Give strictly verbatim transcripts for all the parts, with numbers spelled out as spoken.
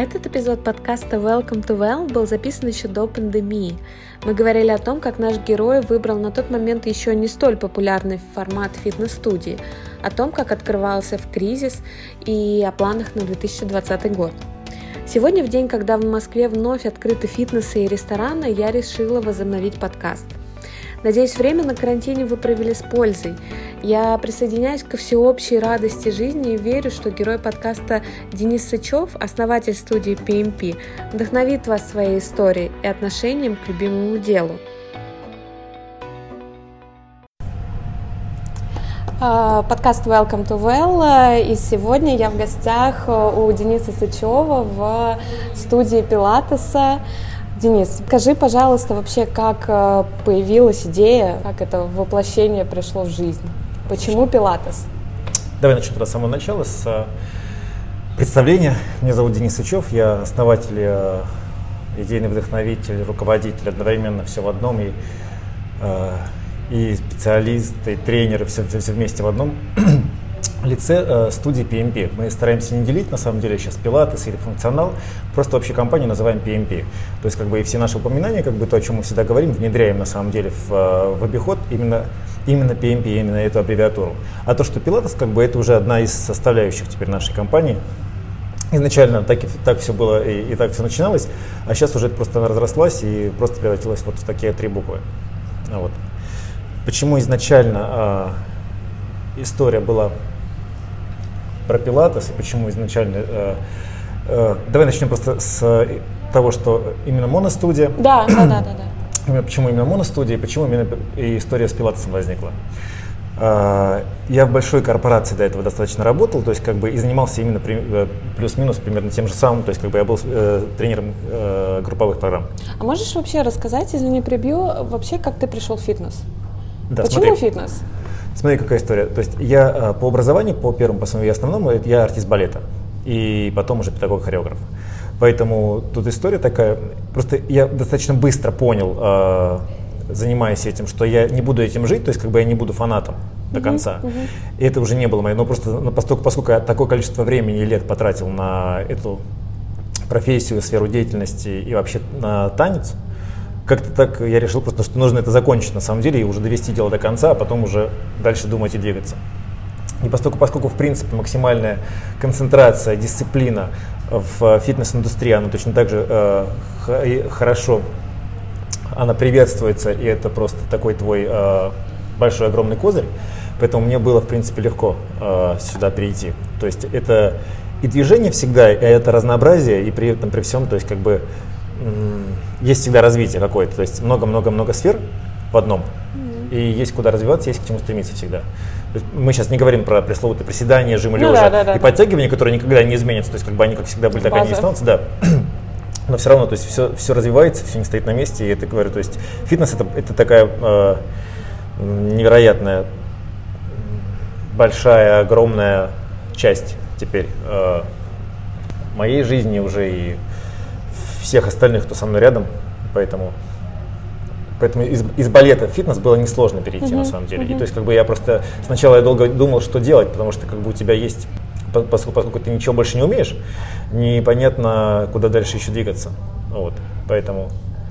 Этот эпизод подкаста Welcome to Well был записан еще до пандемии. Мы говорили о том, как наш герой выбрал на тот момент еще не столь популярный формат фитнес-студии, о том, как открывался в кризис и о планах на две тысячи двадцатый год. Сегодня, в день, когда в Москве вновь открыты фитнесы и рестораны, я решила возобновить подкаст. Надеюсь, время на карантине вы провели с пользой. Я присоединяюсь ко всеобщей радости жизни и верю, что герой подкаста Денис Сычев, основатель студии пи эм пи, вдохновит вас своей историей и отношением к любимому делу. Подкаст Welcome to Well, и сегодня я в гостях у Дениса Сычева в студии пилатеса. Денис, скажи, пожалуйста, вообще, как появилась идея, как это воплощение пришло в жизнь? Почему пилатес? Давай начнем с самого начала, с представления. Меня зовут Денис Сычев, я основатель, идейный вдохновитель, руководитель, одновременно все в одном, и, и специалист, и тренер, и все, все вместе в одном лице э, студии пи эм пи. Мы стараемся не делить, на самом деле, сейчас пилатес или функционал, просто общую компанию называем пи эм пи. То есть, как бы, и все наши упоминания, как бы то, о чем мы всегда говорим, внедряем, на самом деле, в, в обиход именно, именно пи эм пи, именно эту аббревиатуру. А то, что пилатес, как бы, это уже одна из составляющих теперь нашей компании. Изначально так, и, так все было и, и так все начиналось, а сейчас уже это просто разрослась и просто превратилась вот в такие три буквы. Вот. Почему изначально э, история была про пилатес и почему изначально... Э, э, давай начнем просто с того, что именно моностудия. Да, да, да, да, да. Почему именно моностудия и почему именно и история с пилатесом возникла. Э, я в большой корпорации до этого достаточно работал, то есть как бы и занимался именно при, плюс-минус примерно тем же самым, то есть как бы я был э, тренером э, групповых программ. А можешь вообще рассказать, извини, прибью, вообще как ты пришел в фитнес? Да, почему смотри. фитнес? Смотри, какая история. То есть я по образованию, по первому, по своему и основному, я артист балета. И потом уже педагог-хореограф. Поэтому тут история такая. Просто я достаточно быстро понял, занимаясь этим, что я не буду этим жить, то есть как бы я не буду фанатом до конца. Uh-huh, uh-huh. И это уже не было мое. Но просто ну, поскольку, поскольку я такое количество времени и лет потратил на эту профессию, сферу деятельности и вообще на танец, как-то так я решил просто, что нужно это закончить на самом деле и уже довести дело до конца, а потом уже дальше думать и двигаться. И поскольку, поскольку в принципе максимальная концентрация, дисциплина в фитнес-индустрии, она точно так же э, хорошо, она приветствуется, и это просто такой твой э, большой огромный козырь, поэтому мне было в принципе легко э, сюда перейти. То есть это и движение всегда, и это разнообразие, и при этом при всем, то есть как бы есть всегда развитие какое-то, то есть много-много-много сфер в одном, mm-hmm. и есть куда развиваться, есть к чему стремиться всегда. То есть мы сейчас не говорим про пресловутые приседания, жимы ну, лежа да, да, и да, подтягивания, которые никогда не изменятся, то есть как бы они как всегда были, так они и останутся, да. Но все равно, то есть все, все развивается, все не стоит на месте, и это говорю, то есть фитнес это, это такая э, невероятная, большая, огромная часть теперь э, моей жизни уже и всех остальных, кто со мной рядом, поэтому, поэтому из, из балета в фитнес было несложно перейти uh-huh, на самом деле. Uh-huh. И то есть как бы я просто сначала я долго думал, что делать, потому что как бы у тебя есть, поскольку, поскольку ты ничего больше не умеешь, непонятно, куда дальше еще двигаться. Вот, поэтому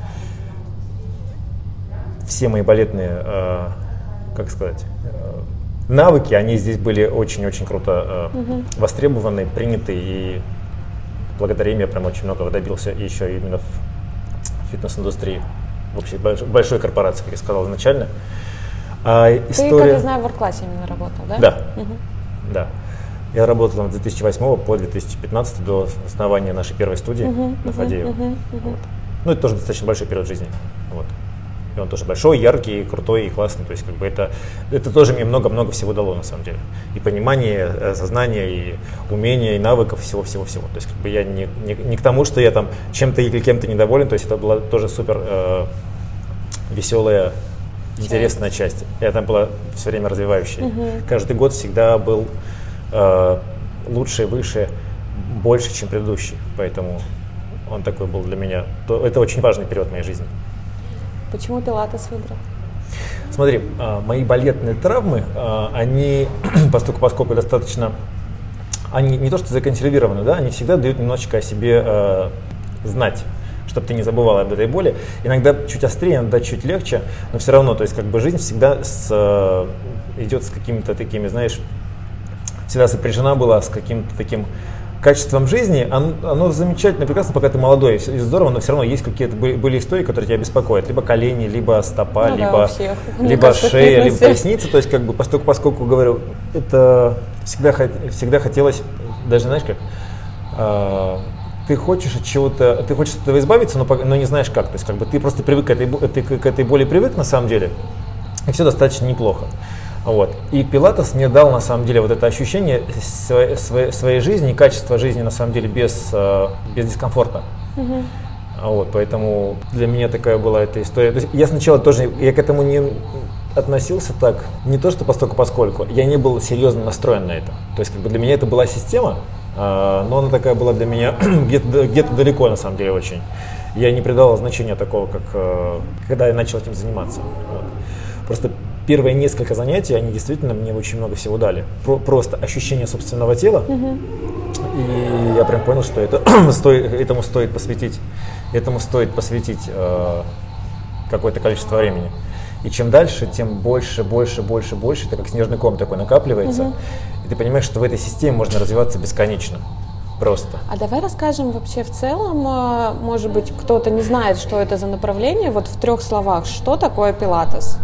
все мои балетные, э, как сказать, э, навыки, они здесь были очень-очень круто э, uh-huh. востребованы, приняты, и благодаря им я прям очень многого добился еще именно в фитнес-индустрии, вообще большой, большой корпорации, как я сказал изначально. А история... Ты, как я знаю, в ворк-классе именно работал, да? Да, угу. да. Я работал с две тысячи восьмого по две тысячи пятнадцатый, до основания нашей первой студии угу, на Фадеева. Угу, угу. Вот. Ну, это тоже достаточно большой период жизни. Вот. И он тоже большой, яркий, крутой и классный. То есть, как бы это, это тоже мне много-много всего дало, на самом деле. И понимание, сознание, и умения, и навыков, всего-всего-всего. То есть, как бы я не, не, не к тому, что я там чем-то или кем-то недоволен. То есть, это была тоже супер э, веселая, интересная часть. И она была все время развивающей. Угу. Каждый год всегда был э, лучше, выше, больше, чем предыдущий. Поэтому он такой был для меня. Это очень важный период моей жизни. Почему пилатес выбрал? Смотри, мои балетные травмы, они, поскольку, поскольку достаточно они не то что законсервированы, да, они всегда дают немножечко о себе э, знать, чтобы ты не забывал об этой боли. Иногда чуть острее, иногда чуть легче, но все равно, то есть как бы жизнь всегда с, э, идет с какими-то такими, знаешь, всегда сопряжена была с каким-то таким качеством жизни. Оно, оно замечательно, прекрасно, пока ты молодой, и здорово, но все равно есть какие-то были, были истории, которые тебя беспокоят. Либо колени, либо стопа, ну, либо, да, либо шея, либо поясница. То есть как бы поскольку, поскольку говорю, это всегда, всегда хотелось, даже знаешь как, э, ты хочешь от чего-то, ты хочешь от этого избавиться, но, но не знаешь как. То есть как бы ты просто привык к этой, ты к этой боли привык на самом деле, и все достаточно неплохо. Вот. И пилатес мне дал на самом деле вот это ощущение своей, своей, своей жизни, качества жизни на самом деле без, без дискомфорта. Uh-huh. Вот, поэтому для меня такая была эта история. То есть я сначала тоже, я к этому не относился так, не то что постольку поскольку, я не был серьезно настроен на это. То есть как бы для меня это была система, но она такая была для меня где-то, где-то далеко на самом деле очень. Я не придавал значения такого, как когда я начал этим заниматься. Вот. Просто первые несколько занятий, они действительно мне очень много всего дали. Про, просто ощущение собственного тела. Uh-huh. И я прям понял, что это, стоит, этому стоит посвятить, этому стоит посвятить э, какое-то количество времени. И чем дальше, тем больше, больше, больше, больше, это как снежный ком такой накапливается. Uh-huh. И ты понимаешь, что в этой системе можно развиваться бесконечно. Просто. А давай расскажем вообще в целом, может быть, кто-то не знает, что это за направление, вот в трех словах, что такое пилатес?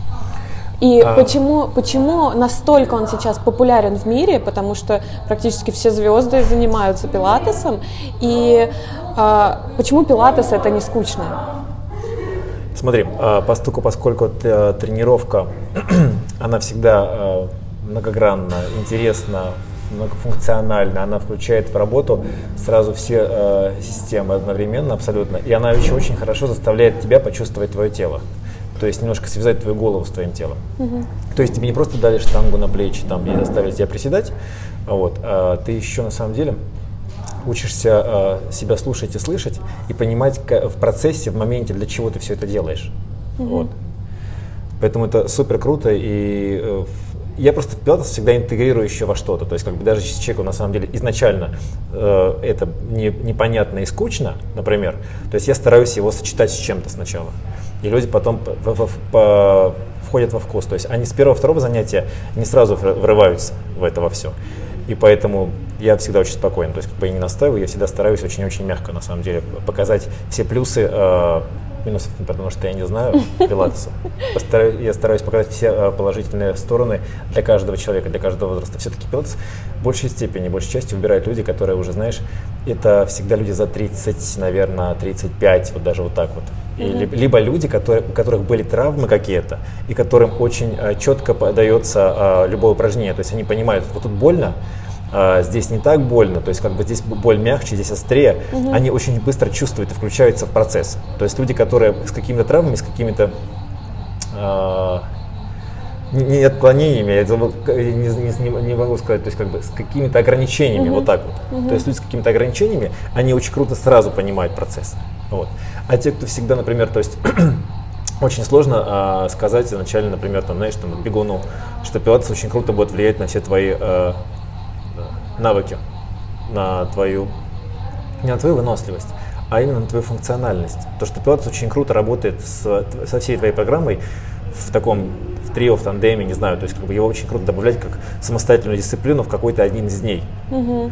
И а. почему, почему настолько он сейчас популярен в мире, потому что практически все звезды занимаются пилатесом, и а, почему пилатес это не скучно? Смотри, поскольку, поскольку тренировка, она всегда многогранна, интересна, многофункциональна, она включает в работу сразу все системы одновременно абсолютно, и она еще очень хорошо заставляет тебя почувствовать твое тело. То есть немножко связать твою голову с твоим телом. Uh-huh. То есть тебе не просто дали штангу на плечи там, и заставили тебя приседать, вот, а ты еще на самом деле учишься а, себя слушать и слышать и понимать в процессе, в моменте, для чего ты все это делаешь. Uh-huh. Вот. Поэтому это супер круто. И э, я просто пилатес всегда интегрирую еще во что-то. То есть как бы даже если человеку на самом деле изначально э, это не, непонятно и скучно, например, то есть я стараюсь его сочетать с чем-то сначала. И люди потом по, по, по, входят во вкус. То есть они с первого-второго занятия не сразу врываются в это во все. И поэтому я всегда очень спокоен. То есть как бы я не настаиваю, я всегда стараюсь очень-очень мягко на самом деле показать все плюсы, э, минусов, потому что я не знаю пилатеса. Я стараюсь показать все положительные стороны для каждого человека, для каждого возраста. Все-таки пилатес в большей степени, большей части выбирают люди, которые уже, знаешь, это всегда люди за тридцать, наверное, тридцать пять, вот даже вот так вот. И mm-hmm. либо люди, которые, у которых были травмы какие-то, и которым очень э, четко подается э, любое упражнение. То есть они понимают, вот тут больно, э, здесь не так больно, то есть как бы здесь боль мягче, здесь острее. Mm-hmm. Они очень быстро чувствуют и включаются в процесс. То есть люди, которые с какими-то травмами, с какими-то э, не отклонениями, я не, не, не могу сказать, то есть как бы с какими-то ограничениями, mm-hmm. вот так вот. Mm-hmm. То есть люди с какими-то ограничениями, они очень круто сразу понимают процесс. Вот. А те, кто всегда, например, то есть очень сложно а, сказать изначально, например, там, знаешь, там, бегуну, что пилатес очень круто будет влиять на все твои а, навыки, на твою, не на твою выносливость, а именно на твою функциональность. То, что пилатес очень круто работает с, со всей твоей программой в таком, в трио, в тандеме, не знаю, то есть как бы его очень круто добавлять как самостоятельную дисциплину в какой-то один из дней. Mm-hmm.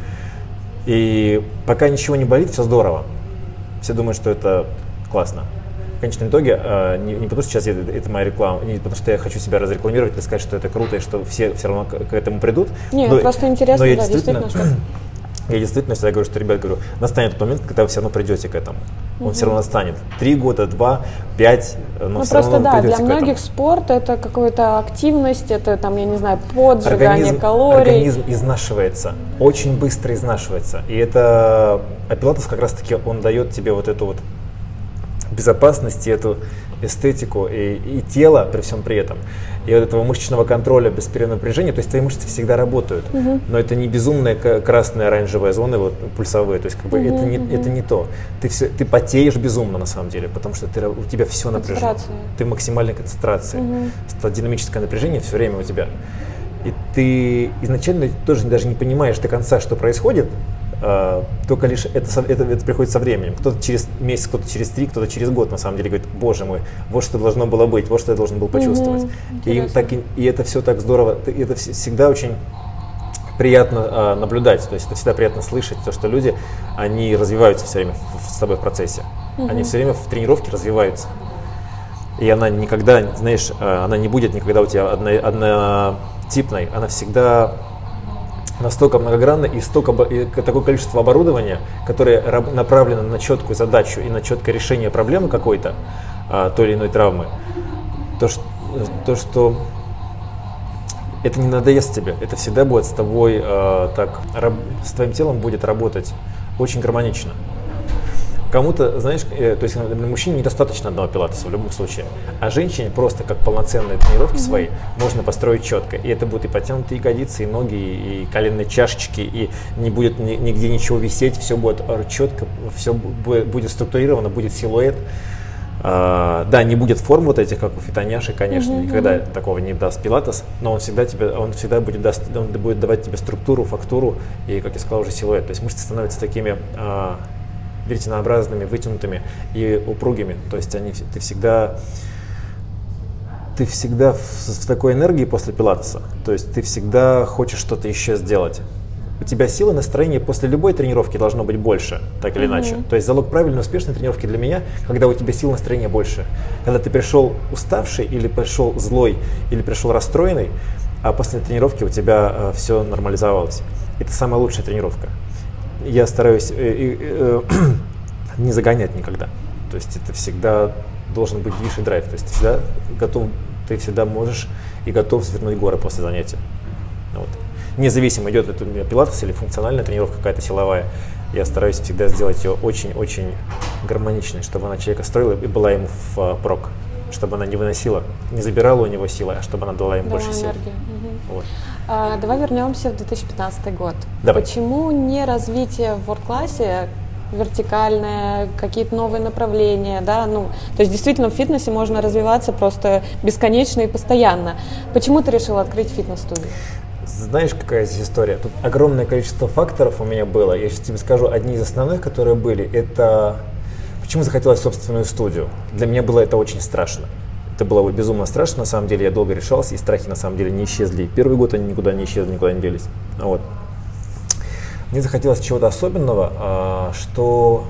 И пока ничего не болит, все здорово. Все думают, что это классно. В конечном итоге, э, не, не потому что сейчас я, это моя реклама, не потому что я хочу себя разрекламировать или сказать, что это круто и что все все равно к, к этому придут. Нет, но, просто интересно, но я да, действительно. действительно я действительно всегда говорю, что, ребят, говорю, настанет тот момент, когда вы все равно придете к этому. Он угу. все равно настанет. Три года, два, пять, но ну, все просто равно да, вы придете для к этому. многих спорт это какая-то активность, это там, я не знаю, поджигание организм, калорий. Организм изнашивается, очень быстро изнашивается. И это, а пилатес как раз-таки, он дает тебе вот эту вот безопасность, эту эстетику и, и тело при всем при этом. И вот этого мышечного контроля без перенапряжения, то есть твои мышцы всегда работают, uh-huh. но это не безумная красная оранжевая зоны вот, пульсовые, то есть как бы uh-huh, это, не, uh-huh. это не то. Ты, все, ты потеешь безумно на самом деле, потому что ты, у тебя все напряжено. Ты в максимальной концентрации. Uh-huh. Динамическое напряжение все время у тебя. И ты изначально тоже даже не понимаешь до конца, что происходит, а, только лишь это, это, это приходит со временем. Кто-то через месяц, кто-то через три, кто-то через год на самом деле говорит: боже мой, вот что должно было быть, вот что я должен был почувствовать. Mm-hmm. И, им так, и, и это все так здорово, это всегда очень приятно а, наблюдать, то есть это всегда приятно слышать, то, что люди, они развиваются все время в, с тобой в процессе. Mm-hmm. Они все время в тренировке развиваются. И она никогда, знаешь, она не будет никогда у тебя одно, однотипной, она всегда настолько многогранна и, столько, и такое количество оборудования, которое направлено на четкую задачу и на четкое решение проблемы какой-то, а, той или иной травмы, то, что, то, что это не надоест тебе, это всегда будет с тобой, а, так, раб, с твоим телом будет работать очень гармонично. Кому-то, знаешь, э, то есть для мужчине недостаточно одного пилатеса в любом случае, а женщине просто как полноценные тренировки mm-hmm. свои можно построить четко. И это будут и потянутые ягодицы, и ноги, и коленные чашечки, и не будет ни, нигде ничего висеть, все будет четко, все будет, будет структурировано, будет силуэт. А, да, не будет форм вот этих, как у фитоняши, конечно, mm-hmm. никогда такого не даст пилатес, но он всегда, тебе, он всегда будет, даст, он будет давать тебе структуру, фактуру и, как я сказал, уже силуэт. То есть мышцы становятся такими а, веретенообразными, вытянутыми и упругими. То есть они, ты всегда, ты всегда в, в такой энергии после пилатеса. То есть ты всегда хочешь что-то еще сделать. У тебя силы, настроение после любой тренировки должно быть больше, так или mm-hmm. иначе. То есть залог правильной, успешной тренировки для меня, когда у тебя сил, настроения больше. Когда ты пришел уставший, или пришел злой, или пришел расстроенный, а после тренировки у тебя э, все нормализовалось. Это самая лучшая тренировка. Я стараюсь э, э, э, не загонять никогда. То есть это всегда должен быть движ и драйв. То есть ты всегда готов, ты всегда можешь и готов свернуть горы после занятия. Вот. Независимо, идет это пилатес или функциональная тренировка какая-то силовая, я стараюсь всегда сделать ее очень-очень гармоничной, чтобы она человека строила и была ему в прок, чтобы она не выносила, не забирала у него силы, а чтобы она дала ему больше сил. Угу. Вот. А, давай вернемся в две тысячи пятнадцатый год. Давай. Почему не развитие в ворд-классе вертикальное, какие-то новые направления, да, ну, то есть действительно в фитнесе можно развиваться просто бесконечно и постоянно. Почему ты решил открыть фитнес-студию? Знаешь, какая здесь история? Тут огромное количество факторов у меня было. Я сейчас тебе скажу, одни из основных, которые были, это почему захотелось собственную студию. Для меня было это очень страшно. Это было безумно страшно, на самом деле, я долго решался, и страхи на самом деле не исчезли. Первый год они никуда не исчезли, никуда не делись. Вот. Мне захотелось чего-то особенного, что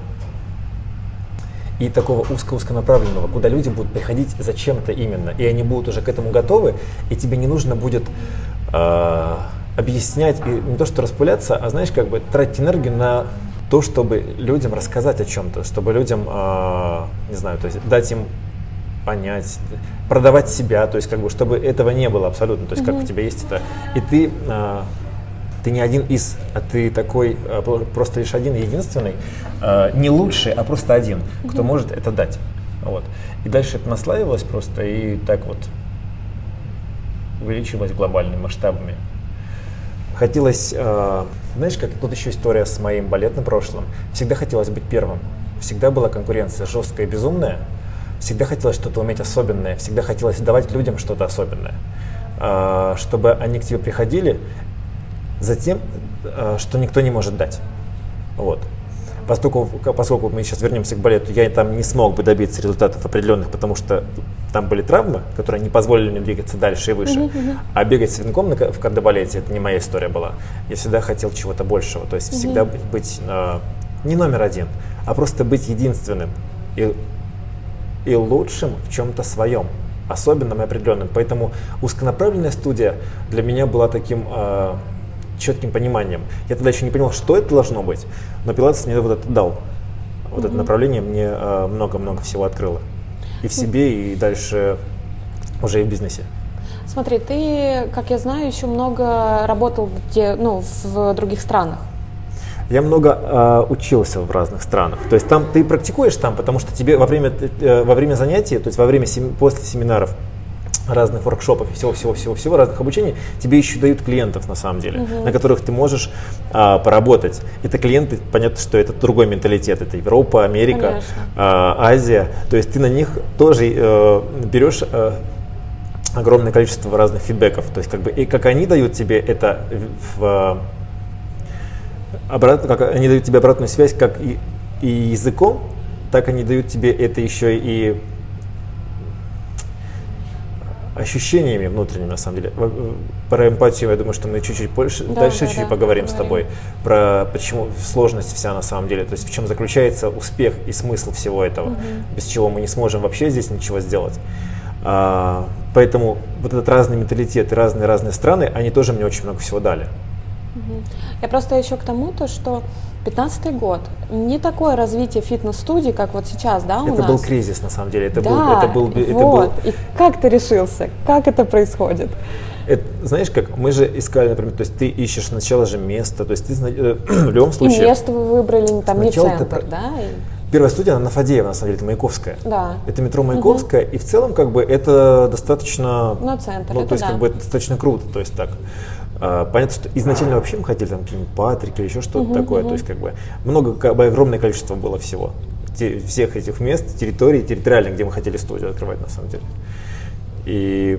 и такого узко-узконаправленного, куда люди будут приходить за чем-то именно, и они будут уже к этому готовы, и тебе не нужно будет э, объяснять, и не то что распыляться, а знаешь, как бы тратить энергию на то, чтобы людям рассказать о чем-то, чтобы людям, э, не знаю, то есть дать им понять, продавать себя, то есть как бы, чтобы этого не было абсолютно, то есть mm-hmm. как у тебя есть это, и ты э, ты не один из, а ты такой, просто лишь один, единственный, не лучший, а просто один, кто mm-hmm. может это дать. Вот. И дальше это наслаивалось просто и так вот увеличилось глобальными масштабами. Хотелось, знаешь, как тут еще история с моим балетным прошлым. Всегда хотелось быть первым. Всегда была конкуренция жесткая и безумная. Всегда хотелось что-то уметь особенное. Всегда хотелось давать людям что-то особенное. Чтобы они к тебе приходили за тем, что никто не может дать. Вот. Поскольку, поскольку мы сейчас вернемся к балету, я там не смог бы добиться результатов определенных, потому что там были травмы, которые не позволили мне двигаться дальше и выше. Uh-huh, uh-huh. А бегать с венком на, в кардебалете, это не моя история была. Я всегда хотел чего-то большего. То есть uh-huh. всегда быть, быть э, не номер один, а просто быть единственным и, и лучшим в чем-то своем, особенным и определенным. Поэтому узконаправленная студия для меня была таким э, четким пониманием. Я тогда еще не понял, что это должно быть, но пилатес мне вот это дал. Вот mm-hmm. это направление мне э, много-много всего открыло. И в себе, и дальше уже и в бизнесе. Смотри, ты, как я знаю, еще много работал где, ну, в других странах. Я много э, учился в разных странах. То есть там ты практикуешь там, потому что тебе во время, э, во время занятий, то есть во время сем, после семинаров, разных воркшопов и всего-всего-всего-всего, разных обучений, тебе еще дают клиентов, на самом деле, uh-huh. на которых ты можешь а, поработать. Это клиенты, понятно, что это другой менталитет, это Европа, Америка, а, Азия, то есть ты на них тоже э, берешь, э, огромное количество разных фидбэков. То есть, как бы, и как они дают тебе это в, обратно, как они дают тебе обратную связь как и, и языком, так они дают тебе это еще и ощущениями внутренними, на самом деле. Про эмпатию, я думаю, что мы чуть-чуть больше, да, дальше да, чуть-чуть да, поговорим, поговорим с тобой. Про почему сложность вся на самом деле, то есть в чем заключается успех и смысл всего этого, угу. без чего мы не сможем вообще здесь ничего сделать. А, поэтому вот этот разный менталитет и разные-разные страны, они тоже мне очень много всего дали. Угу. Я просто еще к тому, то, что пятнадцатый год, не такое развитие фитнес-студий, как вот сейчас, да, у это нас? Это был кризис, на самом деле. Это да, был, это был, это вот. был... И как ты решился? Как это происходит? Это, знаешь, как мы же искали, например, то есть ты ищешь сначала же место, то есть ты э, в любом случае... И место вы выбрали, там не центр, ты... да? Первая студия, она на Фадеева, на самом деле, это Маяковская. Да. Это метро Маяковская, угу. и в целом, как бы, это достаточно... Ну, центр, ну, это то есть, да. как бы, это достаточно круто, то есть, так... Понятно, что изначально вообще мы хотели там какие-нибудь Патрик или еще что-то uh-huh, такое, uh-huh. то есть как бы много, как бы огромное количество было всего, Те, всех этих мест, территорий, территориальных, где мы хотели студию открывать на самом деле. И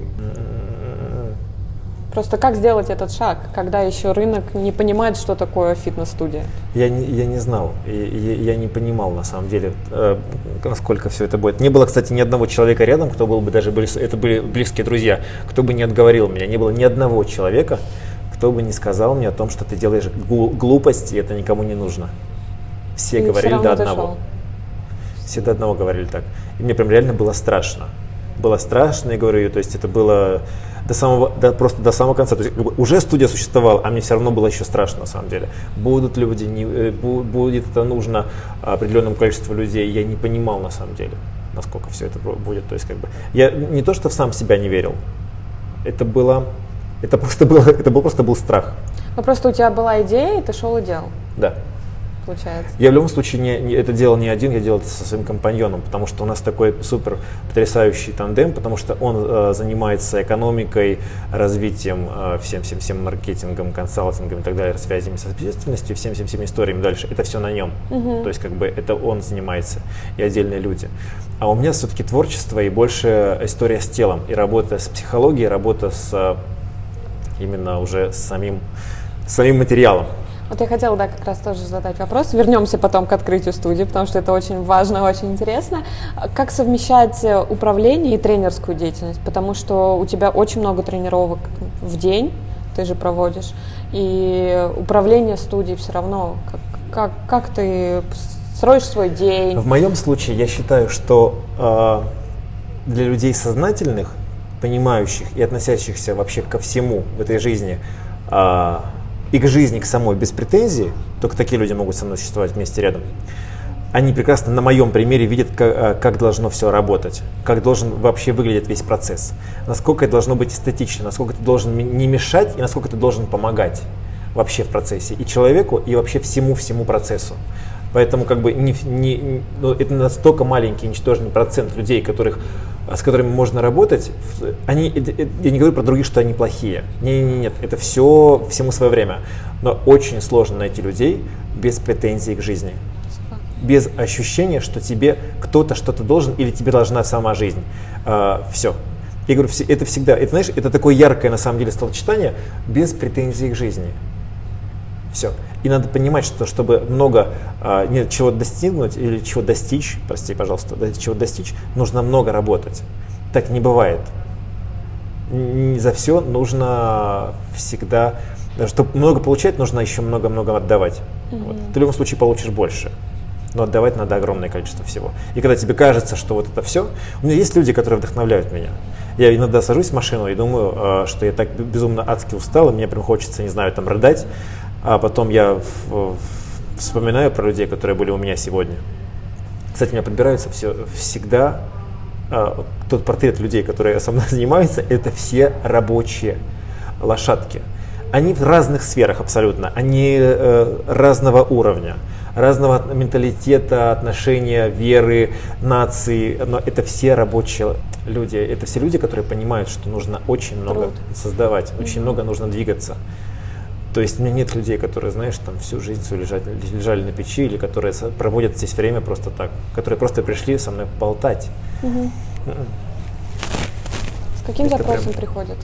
просто как сделать этот шаг, когда еще рынок не понимает, что такое фитнес-студия? Я не, я не знал, я, я не понимал на самом деле, э, насколько все это будет. Не было, кстати, ни одного человека рядом, кто был бы даже, близ, это были близкие друзья, кто бы не отговорил меня, не было ни одного человека, кто бы не сказал мне о том, что ты делаешь глупости, и это никому не нужно. Все и говорили до одного. Дошел. Все до одного говорили так. И мне прям реально было страшно. Было страшно, я говорю, то есть это было до самого, до, просто до самого конца. То есть как бы уже студия существовала, а мне все равно было еще страшно на самом деле. Будут люди, не, будет это нужно определенному количеству людей, я не понимал на самом деле, насколько все это будет. То есть как бы я не то, что в сам себя не верил, это было... Это просто было, это был просто был страх. Ну просто у тебя была идея, и ты шел и делал. Да. Получается. Я в любом случае не, не, это делал не один, я делал это со своим компаньоном, потому что у нас такой супер потрясающий тандем, потому что он э, занимается экономикой, развитием, э, всем, всем, всем маркетингом, консалтингом и так далее, связями с общественностью, всем, всем, всем историями дальше. Это все на нем. Угу. То есть как бы это он занимается и отдельные люди. А у меня все-таки творчество и больше история с телом, и работа с психологией, работа с именно уже с самим, самим материалом. Вот я хотела, да, как раз тоже задать вопрос. Вернемся потом к открытию студии, потому что это очень важно, очень интересно. Как совмещать управление и тренерскую деятельность? Потому что у тебя очень много тренировок в день, ты же проводишь, и управление студией все равно. Как, как, как ты строишь свой день? В моем случае я считаю, что э, для людей сознательных, понимающих и относящихся вообще ко всему в этой жизни, э, и к жизни, к самой, без претензий, только такие люди могут со мной существовать вместе рядом, они прекрасно на моем примере видят, как, как должно все работать, как должен вообще выглядеть весь процесс, насколько это должно быть эстетично, насколько ты должен не мешать и насколько ты должен помогать вообще в процессе и человеку, и вообще всему-всему процессу. Поэтому как бы не, не, ну, это настолько маленький, ничтожный процент людей, которых, с которыми можно работать. Они, я не говорю про других, что они плохие. Нет, нет, нет, это все всему свое время. Но очень сложно найти людей без претензий к жизни. Без ощущения, что тебе кто-то что-то должен или тебе должна сама жизнь. А, все. Я говорю, это всегда, это, знаешь, это такое яркое на самом деле словосочетание без претензий к жизни. Все. И надо понимать, что чтобы много а, нет, чего достигнуть или чего достичь, прости, пожалуйста, да, чего достичь, нужно много работать. Так не бывает. Не за все нужно всегда, чтобы много получать, нужно еще много-много отдавать. Mm-hmm. Вот. Ты в любом случае получишь больше. Но отдавать надо огромное количество всего. И когда тебе кажется, что вот это все, у меня есть люди, которые вдохновляют меня. Я иногда сажусь в машину и думаю, что я так безумно адски устал, и мне прям хочется, не знаю, там рыдать. А потом я в, в, вспоминаю про людей, которые были у меня сегодня. Кстати, у меня подбираются все, всегда а, тот портрет людей, которые со мной занимаются, это все рабочие лошадки. Они в разных сферах абсолютно, они э, разного уровня, разного менталитета, отношения, веры, нации, но это все рабочие люди. Это все люди, которые понимают, что нужно очень много Труд. создавать, mm-hmm. очень много нужно двигаться. То есть у меня нет людей, которые, знаешь, там всю жизнь свою лежали, лежали на печи, или которые проводят здесь время просто так, которые просто пришли со мной болтать. Угу. С каким Это запросом прям... приходят?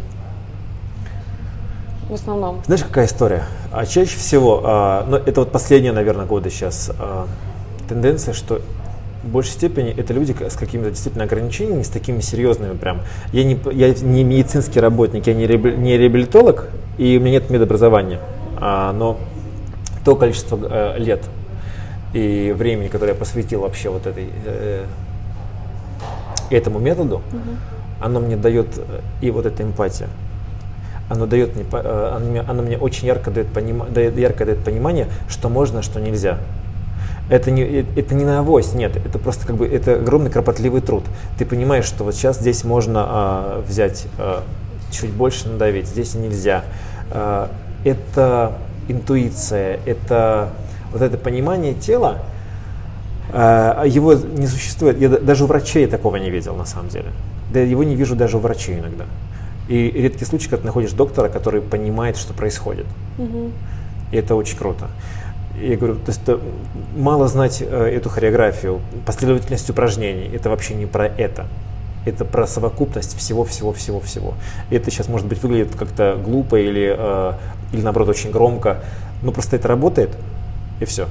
В основном. Знаешь, какая история? А чаще всего, а, ну, это вот последние, наверное, годы сейчас а, тенденция, что в большей степени это люди с какими-то действительно ограничениями, с такими серьезными прям. Я не, я не медицинский работник, я не, реабили, не реабилитолог, и у меня нет медобразования, а, но то количество а, лет и времени, которое я посвятил вообще вот этой, э, этому методу, угу. оно мне дает, и вот эта эмпатия, оно дает мне, оно мне, оно мне очень ярко дает, понима, дает, ярко дает понимание, что можно, что нельзя. Это не, это не на авось, нет, это просто как бы это огромный кропотливый труд. Ты понимаешь, что вот сейчас здесь можно а, взять, а, чуть больше надавить, здесь нельзя. А, это интуиция, это вот это понимание тела, а, его не существует. Я даже у врачей такого не видел на самом деле. Да, его не вижу даже у врачей иногда. И редкий случай, когда ты находишь доктора, который понимает, что происходит. Угу. И это очень круто. Я говорю, то есть это, мало знать э, эту хореографию, последовательность упражнений, это вообще не про это. Это про совокупность всего-всего-всего-всего. И это сейчас, может быть, выглядит как-то глупо или, э, или наоборот, очень громко, но просто это работает, и все.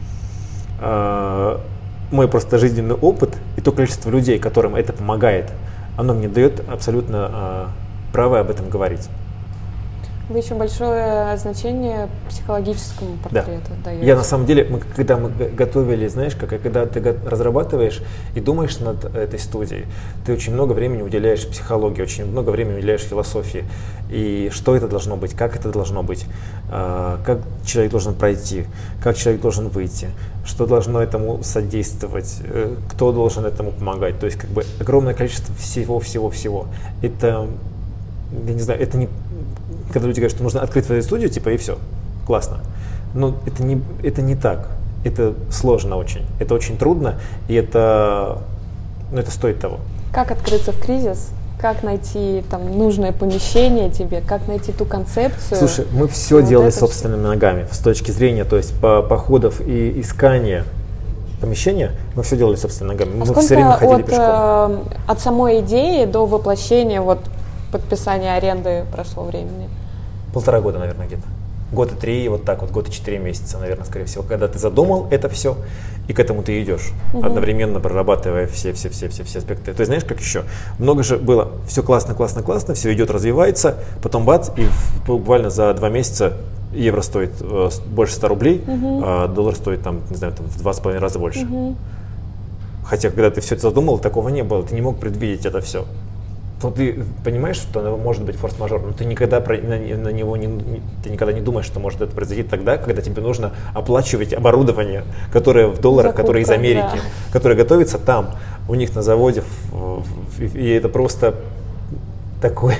Э, мой просто жизненный опыт и то количество людей, которым это помогает, оно мне дает абсолютно э, право об этом говорить. Вы еще большое значение психологическому портрету да. даете. Я на самом деле, мы, когда мы готовили, знаешь, как, когда ты разрабатываешь и думаешь над этой студией, ты очень много времени уделяешь психологии, очень много времени уделяешь философии. И что это должно быть, как это должно быть, э, как человек должен пройти, как человек должен выйти, что должно этому содействовать, э, кто должен этому помогать. То есть как бы огромное количество всего-всего-всего. Это, я не знаю, это не... Когда люди говорят, что нужно открыть свою студию, типа, и все, классно. Но это не, это не так. Это сложно очень. Это очень трудно, и это, ну, это стоит того. Как открыться в кризис? Как найти там нужное помещение тебе? Как найти ту концепцию? Слушай, мы все вот делали собственными все. ногами. С точки зрения, то есть, по походов и искания помещения, мы все делали собственными ногами. А мы все время ходили от, пешком. От самой идеи до воплощения, вот, подписания аренды прошло времени? Полтора года, наверное, где-то. Года три, вот так вот, года четыре месяца, наверное, скорее всего. Когда ты задумал это все, и к этому ты идешь, угу. одновременно прорабатывая все-все-все-все аспекты. То есть, знаешь, как еще? Много же было, все классно, классно, классно, все идет, развивается, потом бац, и буквально за два месяца евро стоит э, больше ста рублей, угу. а доллар стоит, там, не знаю, там, в два с половиной раза больше. Угу. Хотя, когда ты все это задумал, такого не было, ты не мог предвидеть это все. Ну, ты понимаешь, что оно может быть форс-мажор, но ты никогда про, на, на него не, не, ты никогда не думаешь, что может это произойти тогда, когда тебе нужно оплачивать оборудование, которое в долларах, Закупка, которое из Америки, да. которое готовится там, у них на заводе, и, и это просто такой,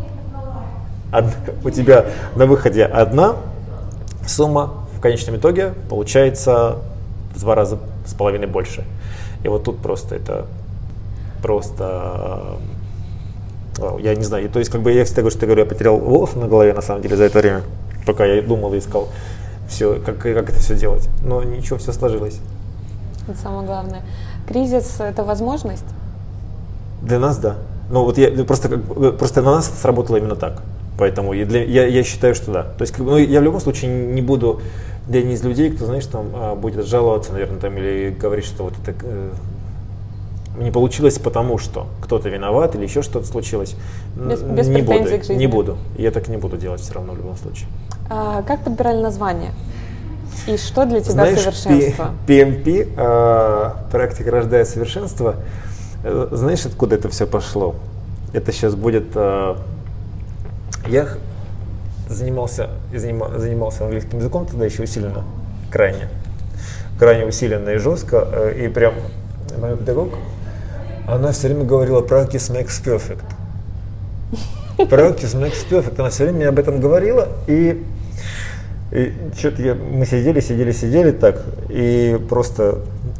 у тебя на выходе одна сумма, в конечном итоге получается в два раза с половиной больше. И вот тут просто это просто... Я не знаю, то есть как бы я всегда говорю, что я говорю, я потерял волосы на голове на самом деле за это время, пока я думал и искал все, как, как это все делать. Но ничего, все сложилось. Это самое главное. Кризис – это возможность? Для нас, да. Ну вот я просто, просто на нас сработало именно так. Поэтому я, для, я, я считаю, что да. То есть ну, я в любом случае не буду, я не из людей, кто, знаешь, там будет жаловаться, наверное, там, или говорить, что вот это... Не получилось потому, что кто-то виноват или еще что-то случилось. Без, без не буду, к жизни. Не буду. Я так не буду делать все равно в любом случае. А, как подбирали название? И что для тебя Знаешь, совершенство? пи эм пи, э, практика рождает совершенство. Э, знаешь, откуда это все пошло? Это сейчас будет... Э, я занимался, занима, занимался английским языком тогда еще усиленно, крайне. Крайне усиленно и жестко. Э, и прям мой педагог, она все время говорила practice makes perfect. Practice makes perfect. Она все время мне об этом говорила. И, и что-то я, мы сидели, сидели, сидели так. И просто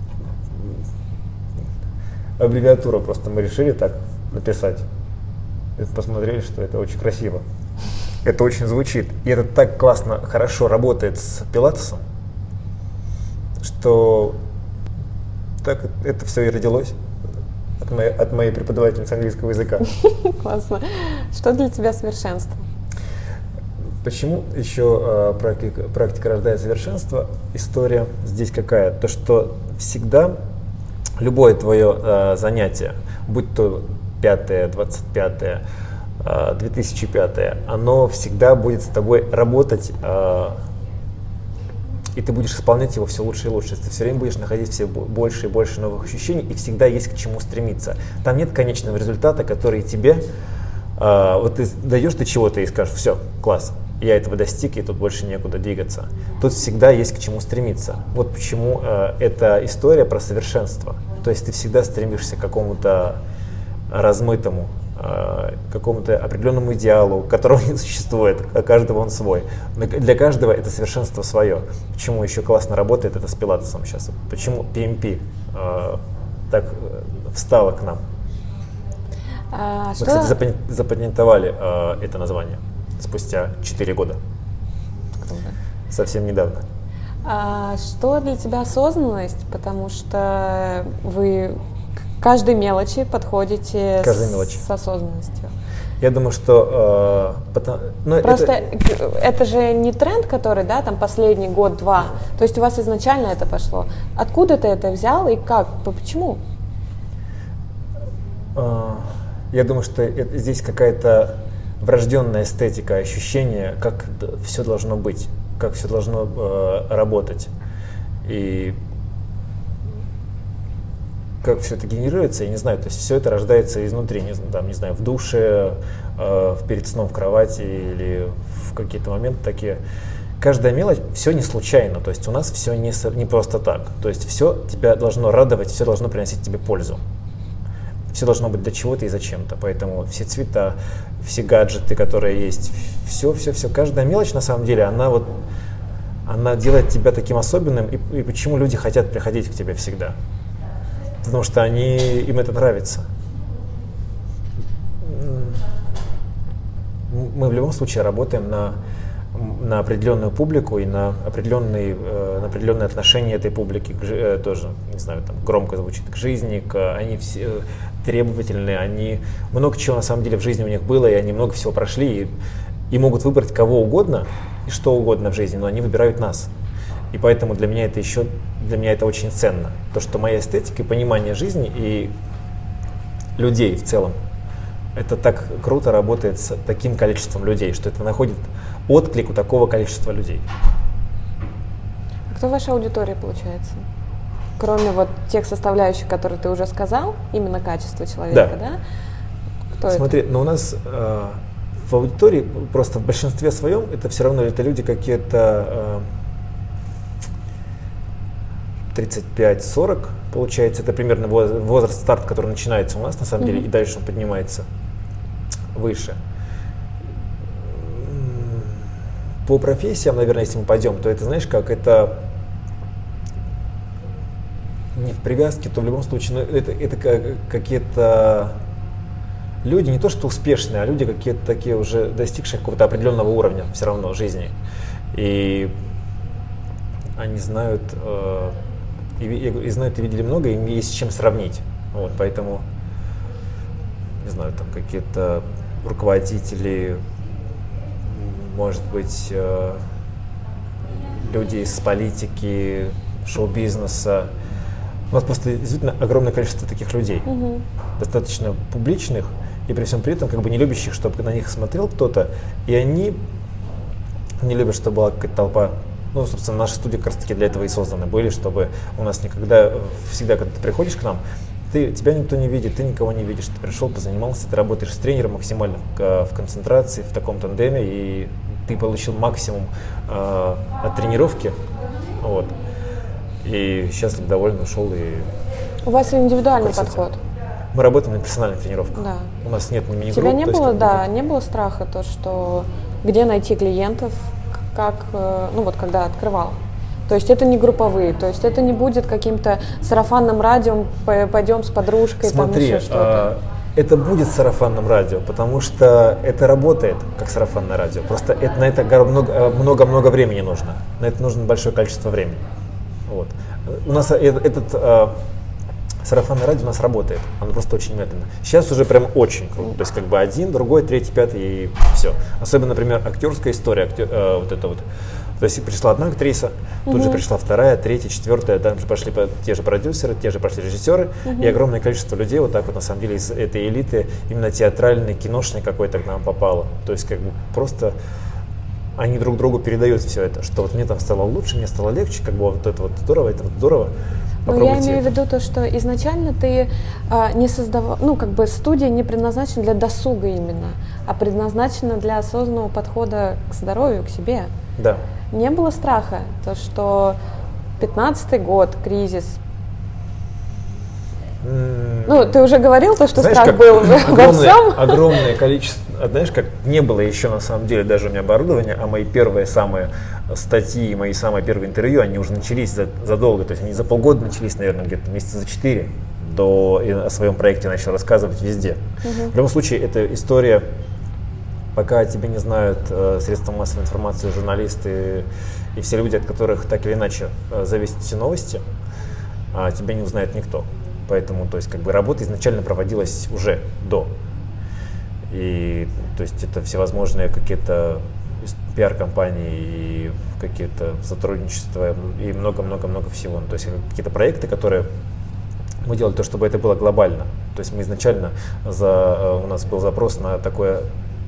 аббревиатура просто мы решили так написать. И посмотрели, что это очень красиво. Это очень звучит. И это так классно, хорошо работает с пилатесом, что так это все и родилось. От моей, от моей преподавательницы английского языка. Классно. Что для тебя совершенство? Почему еще э, практика, практика рождает совершенство? История здесь какая? То, что всегда любое твое э, занятие, будь то пятое, двадцать пятое, э, две тысячи пятое, оно всегда будет с тобой работать, э, и ты будешь исполнять его все лучше и лучше. Ты все время будешь находить все больше и больше новых ощущений, и всегда есть к чему стремиться. Там нет конечного результата, который тебе... Э, вот ты дойдешь до чего-то и скажешь, все, класс, я этого достиг, и тут больше некуда двигаться. Тут всегда есть к чему стремиться. Вот почему э, эта история про совершенство. То есть ты всегда стремишься к какому-то размытому, э, какому-то определенному идеалу, которого не существует, а каждого он свой. Для каждого это совершенство свое. Почему еще классно работает это с пилатесом сейчас? Почему пи эм пи э, так встала к нам? А, Мы, что... кстати, запатентовали э, это название спустя четыре года. Круто. Совсем недавно. А что для тебя осознанность? Потому что вы к каждой мелочи подходите каждой мелочи. с осознанностью. Я думаю, что... Э, потому, ну, Просто это... это же не тренд, который, да, там последний год-два. То есть у вас изначально это пошло. Откуда ты это взял и как? Почему? Э, я думаю, что это, здесь какая-то врожденная эстетика, ощущение, как все должно быть, как все должно э, работать. И как все это генерируется, я не знаю, то есть все это рождается изнутри, не, там, не знаю, в душе, э, перед сном в кровати или в какие-то моменты такие. Каждая мелочь, все не случайно, то есть у нас все не, не просто так. То есть все тебя должно радовать, все должно приносить тебе пользу. Все должно быть для чего-то и зачем-то, поэтому все цвета, все гаджеты, которые есть, все, все, все, каждая мелочь на самом деле, она вот, она делает тебя таким особенным, и, и почему люди хотят приходить к тебе всегда, потому что они, им это нравится. Мы в любом случае работаем на, на определенную публику и на определенные, на определенные отношения этой публики к, тоже, не знаю, там громко звучит, к жизни, к, они все требовательные, они много чего на самом деле в жизни у них было, и они много всего прошли, и, и могут выбрать кого угодно и что угодно в жизни, но они выбирают нас. И поэтому для меня это еще, для меня это очень ценно. То, что моя эстетика и понимание жизни и людей в целом, это так круто работает с таким количеством людей, что это находит отклик у такого количества людей. Кто ваша аудитория получается? Кроме вот тех составляющих, которые ты уже сказал, именно качество человека, да? да? Кто Смотри, это? но у нас э, в аудитории, просто в большинстве своем, это все равно это люди какие-то э, тридцать пять сорок, получается, это примерно возраст, старт, который начинается у нас, на самом mm-hmm. деле, и дальше он поднимается выше. По профессиям, наверное, если мы пойдем, то это, знаешь, как это не в привязке, то в любом случае, ну, это, это какие-то люди не то что успешные, а люди какие-то такие уже достигшие какого-то определенного уровня все равно жизни. И они знают, э, и, и знают, и видели много, им есть с чем сравнить. Вот, поэтому, не знаю, там какие-то руководители, может быть, э, люди из политики, шоу-бизнеса. У нас просто действительно огромное количество таких людей, угу. достаточно публичных, и при всем при этом как бы не любящих, чтобы на них смотрел кто-то, и они не любят, чтобы была какая-то толпа. Ну, собственно, наши студии как раз таки для этого и созданы были, чтобы у нас никогда, всегда, когда ты приходишь к нам, ты, тебя никто не видит, ты никого не видишь, ты пришел, позанимался, ты работаешь с тренером максимально в, в концентрации, в таком тандеме, и ты получил максимум э, от тренировки, вот, и счастлив, доволен, ушел. И у вас индивидуальный подход? Мы работаем на персональных тренировках. Да. У нас нет ни мини-групп. У тебя не было, есть, да, не было страха, то, что где найти клиентов, как, ну вот когда открывал? То есть это не групповые, то есть это не будет каким-то сарафанным радио, пойдем с подружкой, Смотри, там еще что-то. А, это будет сарафанным радио, потому что это работает как сарафанное радио. Просто это, на это много-много времени нужно. На это нужно большое количество времени. Вот. У нас этот, сарафанное радио у нас работает, оно просто очень медленно. Сейчас уже прям очень круто, то есть как бы один, другой, третий, пятый и все. Особенно, например, актерская история, актер, э, вот это вот. То есть пришла одна актриса, тут uh-huh. же пришла вторая, третья, четвертая, там же пошли те же продюсеры, те же пошли режиссеры, uh-huh. и огромное количество людей вот так вот на самом деле из этой элиты, именно театральной, киношной какой-то к нам попало. То есть как бы просто они друг другу передают все это, что вот мне там стало лучше, мне стало легче, как бы вот это вот здорово, это вот здорово. Но я имею в виду то, что изначально ты а, не создавал, ну как бы студия не предназначена для досуга именно, а предназначена для осознанного подхода к здоровью, к себе. Да. Не было страха, то что пятнадцатый год, кризис. Mm. Ну, ты уже говорил то, что знаешь, страх был уже во всем. Огромное количество, знаешь, как не было еще на самом деле даже у меня оборудования, а мои первые самые статьи, мои самые первые интервью, они уже начались задолго, то есть они за полгода начались, наверное, где-то месяца за четыре до о своем проекте начал рассказывать везде. Uh-huh. В любом случае, эта история, пока тебя не знают э, средства массовой информации, журналисты и все люди, от которых так или иначе э, зависят все новости, а тебя не узнает никто. Поэтому, то есть, как бы работа изначально проводилась уже до. И, то есть, это всевозможные какие-то пиар-компании и какие-то сотрудничества и много-много-много всего. То есть, какие-то проекты, которые мы делали, то, чтобы это было глобально. То есть, мы изначально, за, у нас был запрос на такое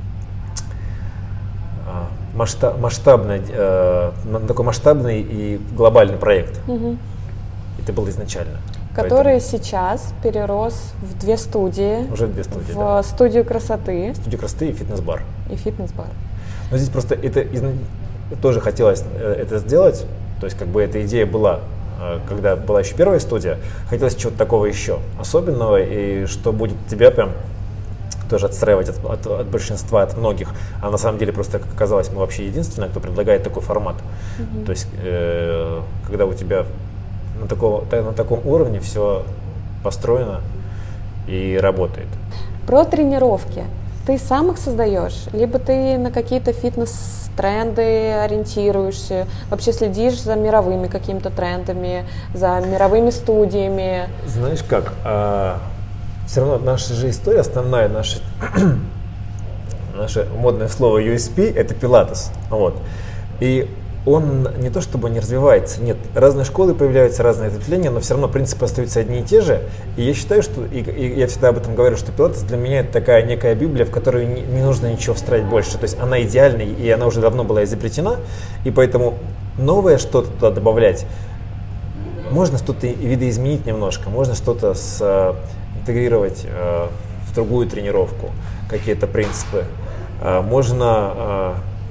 масштаб, масштабный, э, на такой масштабный и глобальный проект. Угу. Это было изначально. Который Поэтому... сейчас перерос в две студии. Уже две студии, В да. студию красоты. Студию красоты и фитнес-бар. И фитнес-бар. Но здесь просто это тоже хотелось это сделать. То есть как бы эта идея была, когда была еще первая студия, хотелось чего-то такого еще особенного, и что будет тебя прям тоже отстраивать от, от, от большинства, от многих. А на самом деле просто, как оказалось, мы вообще единственные, кто предлагает такой формат. Mm-hmm. То есть э, когда у тебя на, такого, на таком уровне все построено и работает. Про тренировки. Ты сам их создаешь? Либо ты на какие-то фитнес-тренды ориентируешься? Вообще следишь за мировыми какими-то трендами, за мировыми студиями? Знаешь как? А, все равно наша же история основная, наше, наше модное слово ю эс пи – это пилатес. Вот. И он не то чтобы не развивается, нет, разные школы появляются, разные ответвления, но все равно принципы остаются одни и те же. И я считаю, что, и, и я всегда об этом говорю, что пилатес для меня это такая некая Библия, в которую не, не нужно ничего встраивать больше. То есть она идеальна, и она уже давно была изобретена, и поэтому новое что-то туда добавлять, можно что-то видоизменить немножко, можно что-то с, интегрировать э, в другую тренировку, какие-то принципы. Э, можно э,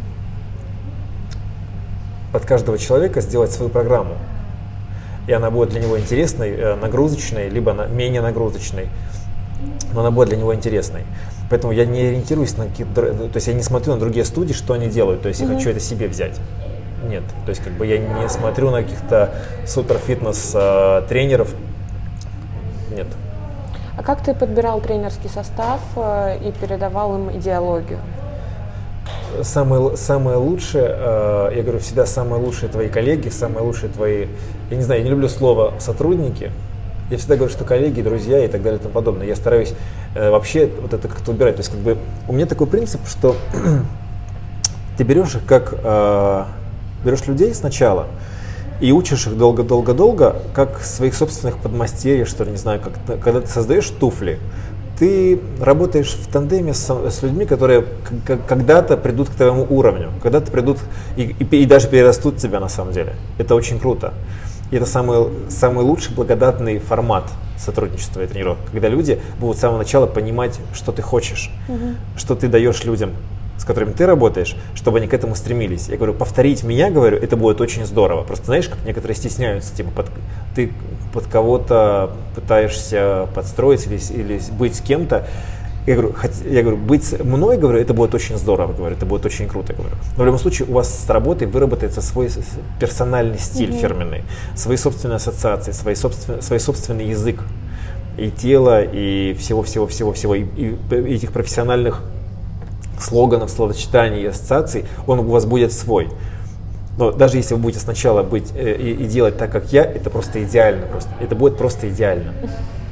под каждого человека сделать свою программу. И она будет для него интересной, нагрузочной, либо она менее нагрузочной, но она будет для него интересной. Поэтому я не ориентируюсь на какие-то, то есть я не смотрю на другие студии, что они делают, то есть я mm-hmm. хочу это себе взять. Нет, то есть как бы я не смотрю на каких-то суперфитнес-тренеров. Нет. А как ты подбирал тренерский состав и передавал им идеологию? Самое, самое лучшее, э, я говорю, всегда самые лучшие твои коллеги, самые лучшие твои, я не знаю, я не люблю слово сотрудники, я всегда говорю, что коллеги, друзья и так далее и тому подобное. Я стараюсь э, вообще вот это как-то убирать. То есть как бы у меня такой принцип, что ты берешь их как, э, берешь людей сначала и учишь их долго-долго-долго, как своих собственных подмастерьев, что ли, не знаю, как, когда ты создаешь туфли, ты работаешь в тандеме с, с людьми, которые к- когда-то придут к твоему уровню, когда-то придут и, и, и даже перерастут тебя на самом деле. Это очень круто. И это самый, самый лучший благодатный формат сотрудничества и тренировок, когда люди будут с самого начала понимать, что ты хочешь, угу. что ты даешь людям, с которыми ты работаешь, чтобы они к этому стремились. Я говорю, повторить меня, говорю, это будет очень здорово. Просто знаешь, как некоторые стесняются, типа, под, ты под кого-то пытаешься подстроиться или, или быть с кем-то. Я говорю, хоть, я говорю, быть с мной, говорю, это будет очень здорово, говорю, это будет очень круто, говорю. Но в любом случае у вас с работой выработается свой персональный стиль mm-hmm. фирменный, свои собственные ассоциации, свои собствен, свой собственный язык и тела, и всего-всего-всего-всего, и, и, и этих профессиональных слоганов, словосочетаний и ассоциаций, он у вас будет свой. Но даже если вы будете сначала быть э, и, и делать так, как я, это просто идеально. Просто. Это будет просто идеально.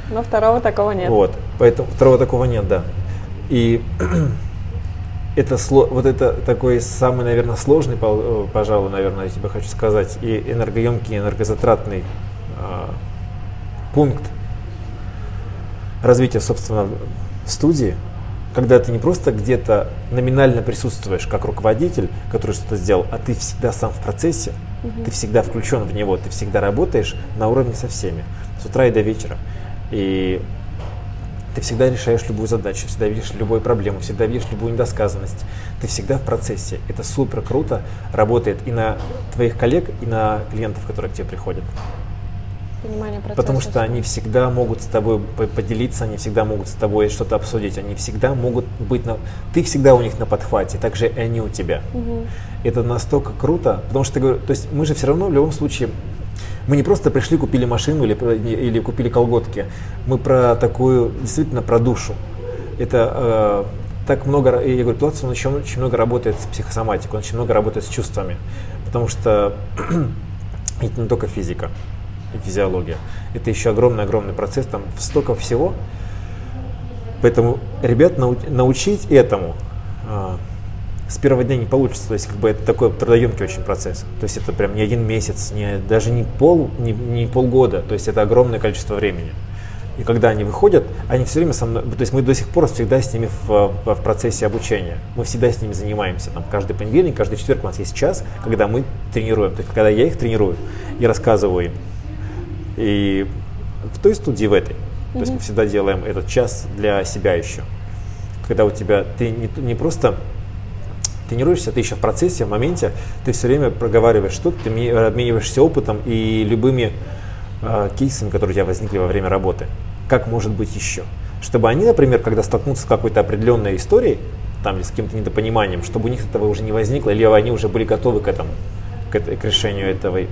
Но второго такого нет. Вот, поэтому второго такого нет, да. И это, вот это такой самый, наверное, сложный, пожалуй, наверное, я тебе хочу сказать, и энергоемкий, энергозатратный э, пункт развития, собственно, студии, когда ты не просто где-то номинально присутствуешь как руководитель, который что-то сделал, а ты всегда сам в процессе, угу. ты всегда включен в него, ты всегда работаешь на уровне со всеми, с утра и до вечера. И ты всегда решаешь любую задачу, всегда видишь любую проблему, всегда видишь любую недосказанность. Ты всегда в процессе. Это супер круто, работает и на твоих коллег, и на клиентов, которые к тебе приходят. Понимание процесса. Потому что они всегда могут с тобой поделиться, они всегда могут с тобой что-то обсудить, они всегда могут быть на... Ты всегда у них на подхвате, так же и они у тебя. Угу. Это настолько круто, потому что, то есть мы же все равно в любом случае... Мы не просто пришли, купили машину или, или купили колготки. Мы про такую, действительно, про душу. Это э, так много, я говорю, Пилатес, он очень, очень много работает с психосоматикой, он очень много работает с чувствами. Потому что это не только физика и физиология. Это еще огромный-огромный процесс, там столько всего. Поэтому ребят нау- научить этому э, с первого дня не получится, то есть как бы это такой трудоемкий очень процесс, то есть это прям не один месяц, не, даже не, пол, не, не полгода, то есть это огромное количество времени. И когда они выходят, они все время со мной, то есть мы до сих пор всегда с ними в, в, в процессе обучения, мы всегда с ними занимаемся, там каждый понедельник, каждый четверг у нас есть час, когда мы тренируем, то есть когда я их тренирую и рассказываю им, и в той студии, в этой, mm-hmm. то есть мы всегда делаем этот час для себя еще, когда у тебя, ты не, не просто тренируешься, ты еще в процессе, в моменте, ты все время проговариваешь что-то, ты обмениваешься опытом и любыми э, кейсами, которые у тебя возникли во время работы. Как может быть еще? Чтобы они, например, когда столкнутся с какой-то определенной историей, там, или с каким-то недопониманием, чтобы у них этого уже не возникло, или они уже были готовы к этому, к, к решению этой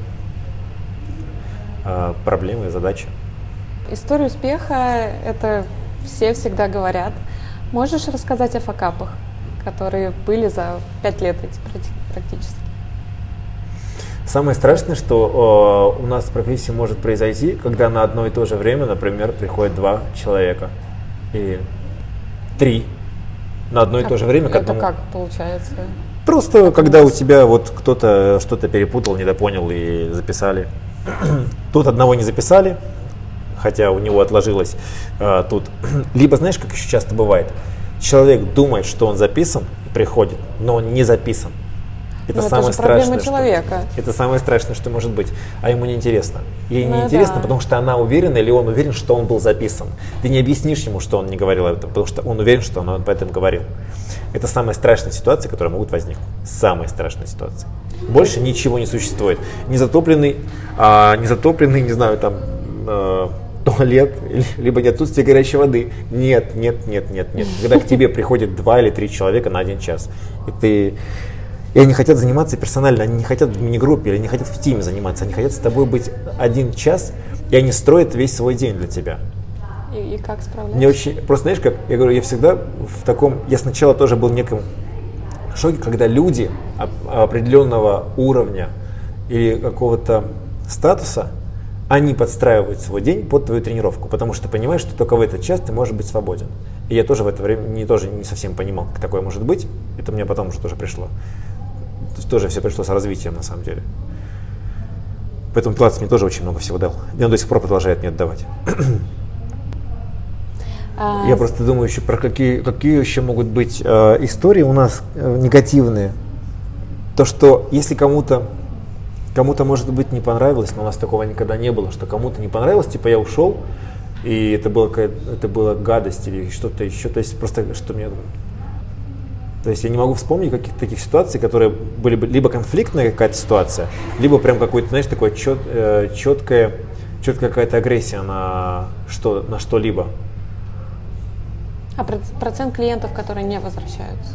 э, проблемы, задачи. История успеха – это все всегда говорят. Можешь рассказать о факапах, которые были за пять лет эти практически? Самое страшное, что э, у нас в профессии может произойти, когда на одно и то же время, например, приходят два человека или три на одно как, и то же время. Это одному... как получается? Просто как когда у тебя вот кто-то что-то перепутал, недопонял и записали. Тут одного не записали, хотя у него отложилось э, тут. Либо, знаешь, как еще часто бывает, человек думает, что он записан, приходит, но он не записан. Это но самое это же проблема страшное, человека. Что, это самое страшное, что может быть. А ему неинтересно. Ей ну, неинтересно, да. потому что она уверена или он уверен, что он был записан. Ты не объяснишь ему, что он не говорил об этом, потому что он уверен, что он об этом говорил. Это самая страшная ситуация, которая могут возникнуть. Самая страшная ситуация. Больше ничего не существует. Незатопленный, а, незатопленный, не знаю, там... А, туалет, либо нет отсутствие горячей воды. Нет, нет, нет, нет, нет. Когда к тебе приходит два или три человека на один час, и ты... И они хотят заниматься персонально, они не хотят в мини-группе или не хотят в тиме заниматься, они хотят с тобой быть один час, и они строят весь свой день для тебя. И, и как справляешься? Мне очень... Просто знаешь, как я говорю, я всегда в таком... Я сначала тоже был в неком шоке, когда люди определенного уровня или какого-то статуса, они подстраивают свой день под твою тренировку, потому что понимаешь, что только в этот час ты можешь быть свободен. И я тоже в это время не, тоже не совсем понимал, как такое может быть. Это мне потом уже тоже пришло. То есть тоже все пришло с развитием на самом деле. Поэтому Пилатес мне тоже очень много всего дал. И он до сих пор продолжает мне отдавать. А... Я просто думаю еще про какие, какие еще могут быть э, истории у нас э, негативные. То, что если кому-то Кому-то, может быть, не понравилось, но у нас такого никогда не было, что кому-то не понравилось, типа я ушел, и это была, это была гадость или что-то еще, то есть просто что мне... То есть я не могу вспомнить каких-то таких ситуаций, которые были бы либо конфликтная какая-то ситуация, либо прям какой-то, знаешь, такой чет, э, четкая, четкая какая-то агрессия на, что, на что-либо. А процент клиентов, которые не возвращаются?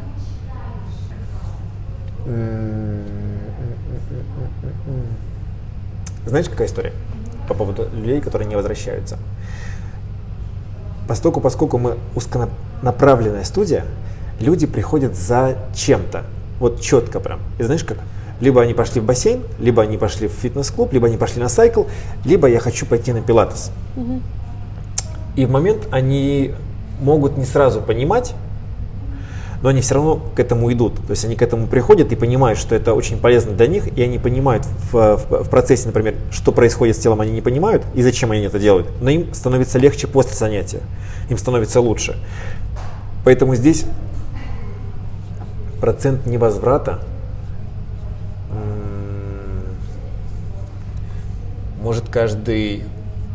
Знаешь, какая история по поводу людей, которые не возвращаются? Поскольку, поскольку мы узконаправленная студия, люди приходят за чем-то, вот четко прям. И знаешь как? Либо они пошли в бассейн, либо они пошли в фитнес-клуб, либо они пошли на сайкл, либо я хочу пойти на пилатес. Угу. И в момент они могут не сразу понимать, но они все равно к этому идут. То есть они к этому приходят и понимают, что это очень полезно для них, и они понимают в, в, в процессе, например, что происходит с телом, они не понимают, и зачем они это делают. Но им становится легче после занятия, им становится лучше. Поэтому здесь процент невозврата может каждый,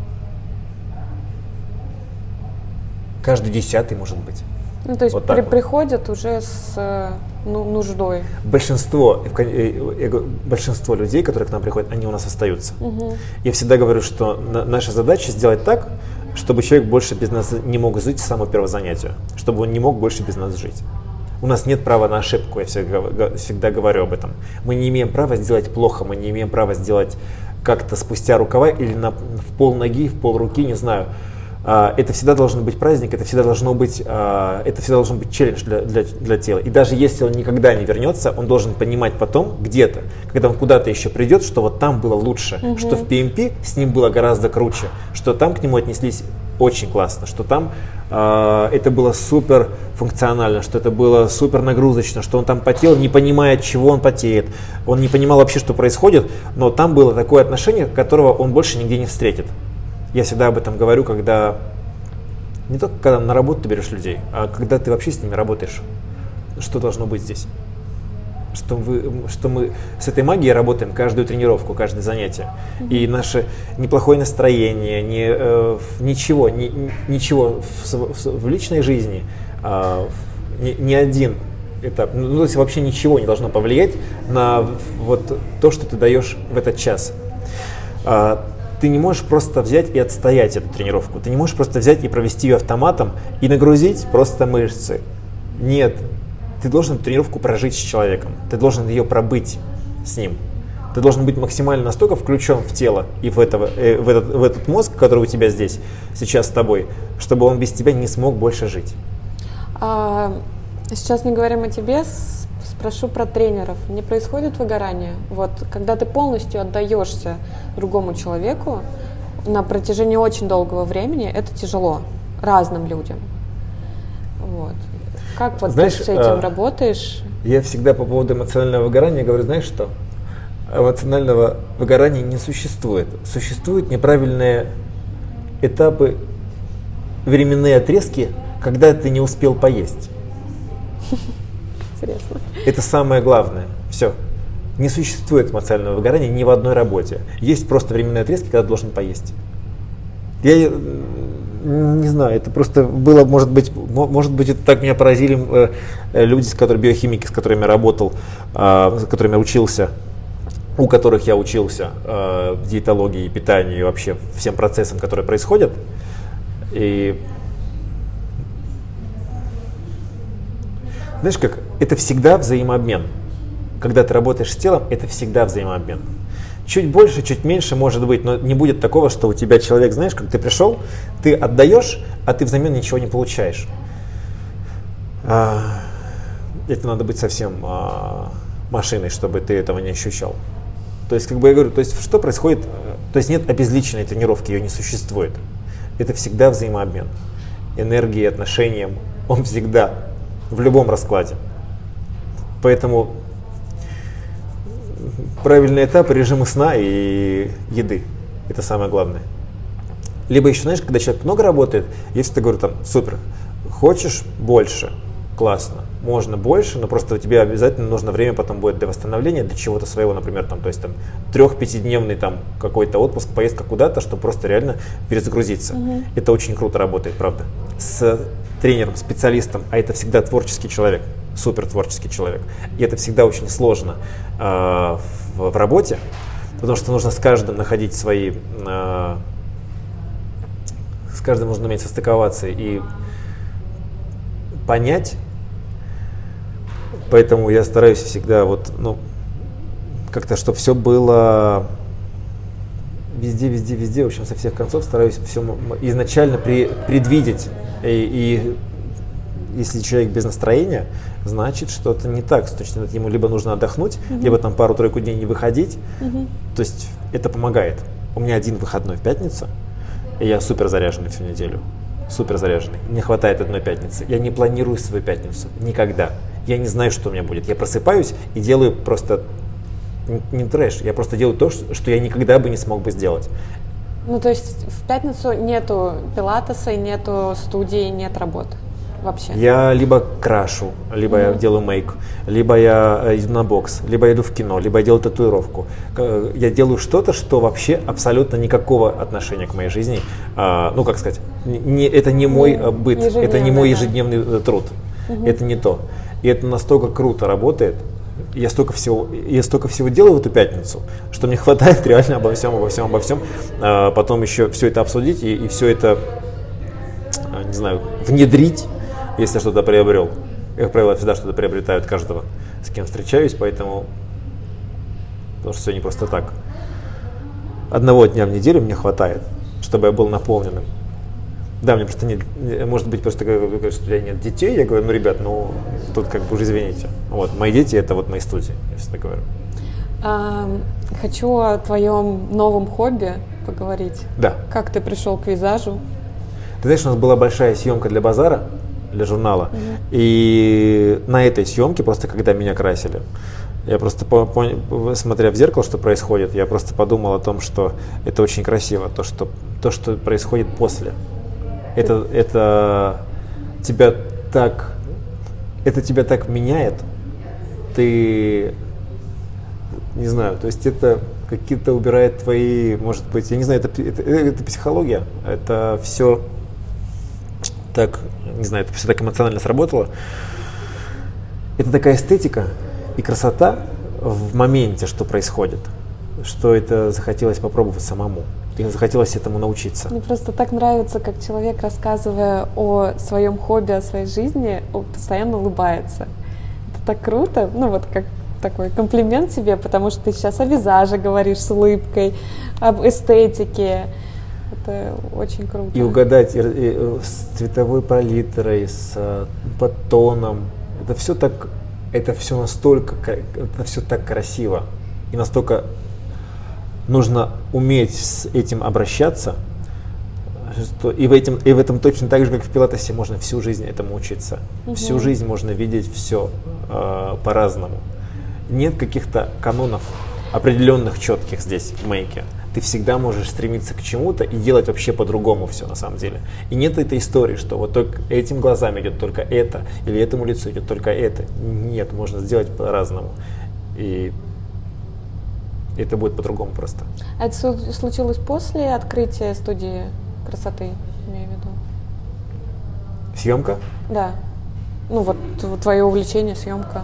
каждый десятый, может быть. Ну, то есть вот при, вот. приходят уже с ну, нуждой. Большинство, большинство людей, которые к нам приходят, они у нас остаются. Угу. Я всегда говорю, что на, наша задача сделать так, чтобы человек больше без нас не мог жить с самого первого занятия, чтобы он не мог больше без нас жить. У нас нет права на ошибку, я всегда, всегда говорю об этом. Мы не имеем права сделать плохо, мы не имеем права сделать как-то спустя рукава или на, в пол ноги, в пол руки, не знаю. Это всегда должен быть праздник, это всегда должно быть, это всегда должен быть челлендж для, для, для тела. И даже если он никогда не вернется, он должен понимать потом где-то, когда он куда-то еще придет, что вот там было лучше, угу. что в пи эм пи с ним было гораздо круче, что там к нему отнеслись очень классно, что там э, это было супер функционально, что это было супер нагрузочно, что он там потел, не понимая, от чего он потеет. Он не понимал вообще, что происходит, но там было такое отношение, которого он больше нигде не встретит. Я всегда об этом говорю, когда не только когда на работу ты берешь людей, а когда ты вообще с ними работаешь. Что должно быть здесь? Что, вы, что мы с этой магией работаем каждую тренировку, каждое занятие. И наше неплохое настроение, не, э, ничего, не, ничего в, в, в личной жизни, э, ни, ни один этап, ну, то есть вообще ничего не должно повлиять на вот то, что ты даешь в этот час. Э, Ты не можешь просто взять и отстоять эту тренировку. Ты не можешь просто взять и провести ее автоматом и нагрузить просто мышцы. Нет. Ты должен тренировку прожить с человеком. Ты должен ее пробыть с ним. Ты должен быть максимально настолько включен в тело и в, этого, э, в, этот, в этот мозг, который у тебя здесь, сейчас с тобой, чтобы он без тебя не смог больше жить. А, сейчас не говорим о тебе. Спрошу про тренеров. Не происходит выгорание? Вот, когда ты полностью отдаешься другому человеку на протяжении очень долгого времени, это тяжело разным людям. Вот. Как вот знаешь, ты с этим а, работаешь? Я всегда по поводу эмоционального выгорания говорю, знаешь что? Эмоционального выгорания не существует. Существуют неправильные этапы, временные отрезки, когда ты не успел поесть. Интересно. Это самое главное. Все. Не существует эмоционального выгорания ни в одной работе. Есть просто временные отрезки, когда ты должен поесть. Я не знаю, это просто было, может быть, может быть, это так меня поразили э, люди, с которыми, биохимики, с которыми я работал, э, с которыми я учился, у которых я учился э, в диетологии, питанию и вообще всем процессам, которые происходят. И знаешь как, это всегда взаимообмен. Когда ты работаешь с телом, это всегда взаимообмен. Чуть больше, чуть меньше может быть, но не будет такого, что у тебя человек, знаешь, как ты пришел, ты отдаешь, а ты взамен ничего не получаешь. Это надо быть совсем машиной, чтобы ты этого не ощущал. То есть, как бы я говорю, то есть что происходит, то есть нет обезличенной тренировки, ее не существует. Это всегда взаимообмен. Энергии, отношениям, он всегда, в любом раскладе. Поэтому правильный этап режима сна и еды. Это самое главное. Либо еще, знаешь, когда человек много работает, если ты говоришь там, супер, хочешь больше, классно, можно больше, но просто тебе обязательно нужно время потом будет для восстановления, для чего-то своего, например, там, то есть там трех-пятидневный там какой-то отпуск, поездка куда-то, чтобы просто реально перезагрузиться. Угу. Это очень круто работает, правда. С тренером, специалистом, а это всегда творческий человек, супер творческий человек. И это всегда очень сложно э, в, в работе, потому что нужно с каждым находить свои, э, с каждым нужно уметь состыковаться и понять. Поэтому я стараюсь всегда вот, ну, как-то, чтобы все было везде, везде, везде, в общем, со всех концов стараюсь все изначально при, предвидеть. И, и если человек без настроения, значит что-то не так. Точно ему либо нужно отдохнуть, угу. либо там пару-тройку дней не выходить. Угу. То есть это помогает. У меня один выходной в пятницу, и я супер заряженный всю неделю. супер заряженный. Мне хватает одной пятницы. Я не планирую свою пятницу. Никогда. Я не знаю, что у меня будет. Я просыпаюсь и делаю просто не, не трэш. Я просто делаю то, что я никогда бы не смог бы сделать. Ну, то есть в пятницу нету пилатеса, нету студии, нет работы вообще? Я либо крашу, либо mm-hmm. я делаю мейк, либо я иду на бокс, либо я иду в кино, либо я делаю татуировку. Я делаю что-то, что вообще абсолютно никакого отношения к моей жизни. А, ну, как сказать, не, это не мой mm-hmm. быт, это не мой ежедневный да. труд. Mm-hmm. Это не то. И это настолько круто работает. Я столько всего, я столько всего делаю в эту пятницу, что мне хватает реально обо всем, обо всем, обо всем. А потом еще все это обсудить и, и все это, не знаю, внедрить, если я что-то приобрел. Как правило, я всегда что-то приобретаю от каждого, с кем встречаюсь, поэтому, потому что все не просто так. Одного дня в неделю мне хватает, чтобы я был наполненным. Да, мне просто нет, может быть, просто говорят, что у меня нет детей. Я говорю, ну, ребят, ну, тут как бы уже извините. Вот, мои дети – это вот мои студии, я всегда говорю. А, хочу о твоем новом хобби поговорить. Да. Как ты пришел к визажу? Ты знаешь, у нас была большая съемка для базара, для журнала. Угу. И на этой съемке, просто когда меня красили, я просто, смотря в зеркало, что происходит, я просто подумал о том, что это очень красиво, то, что, то, что происходит после. Это, это тебя так, это тебя так меняет, ты, не знаю, то есть это какие-то убирает твои, может быть, я не знаю, это, это, это психология, это все так, не знаю, это все так эмоционально сработало. Это такая эстетика и красота в моменте, что происходит, что это захотелось попробовать самому. И захотелось этому научиться. Мне просто так нравится, как человек, рассказывая о своем хобби, о своей жизни, постоянно улыбается. Это так круто, ну вот как такой комплимент себе, потому что ты сейчас о визаже говоришь с улыбкой, об эстетике. Это очень круто. И угадать и, и, с цветовой палитрой, с подтоном. Это все так, это все настолько, это все так красиво и настолько. Нужно уметь с этим обращаться, что и, в этом, и в этом точно так же, как в пилатесе, можно всю жизнь этому учиться. Угу. Всю жизнь можно видеть все э, по-разному. Нет каких-то канонов определенных, четких здесь в мейке. Ты всегда можешь стремиться к чему-то и делать вообще по-другому все на самом деле. И нет этой истории, что вот только этим глазам идет только это, или этому лицу идет только это. Нет, можно сделать по-разному. И это будет по-другому просто. А это случилось после открытия студии красоты, имею в виду? Съемка? Да. Ну вот твое увлечение, съемка.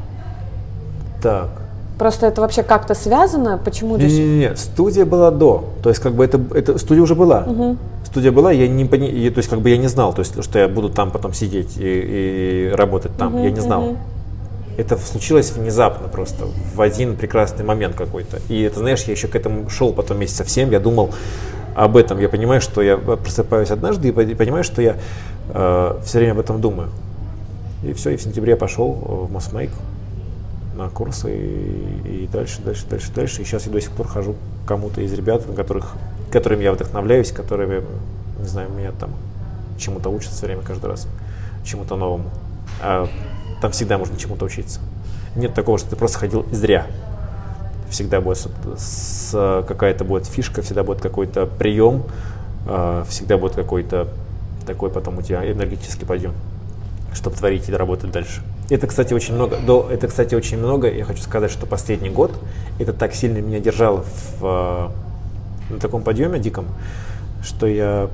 Так. Просто это вообще как-то связано? Почему? Не-не-не, студия была до. То есть как бы это, это студия уже была. Угу. Студия была, я не пони, то есть как бы я не знал, то есть что я буду там потом сидеть и, и работать там. Угу, я не знал. Угу. Это случилось внезапно просто, в один прекрасный момент какой-то. И это, знаешь, я еще к этому шел потом месяцев семь, я думал об этом. Я понимаю, что я просыпаюсь однажды и понимаю, что я э, все время об этом думаю. И все, и в сентябре я пошел в Мосмейк на курсы, и, и дальше, дальше, дальше, дальше. И сейчас я до сих пор хожу к кому-то из ребят, на которых, которыми я вдохновляюсь, которые, не знаю, меня там чему-то учат все время, каждый раз, чему-то новому. А там всегда можно чему-то учиться. Нет такого, что ты просто ходил зря. Всегда будет с, с, какая-то будет фишка, всегда будет какой-то прием, э, всегда будет какой-то такой потом у тебя энергетический подъем, чтобы творить и работать дальше. Это, кстати, очень много. До, это, кстати, очень много. Я хочу сказать, что последний год это так сильно меня держало в, на таком подъеме диком, что я,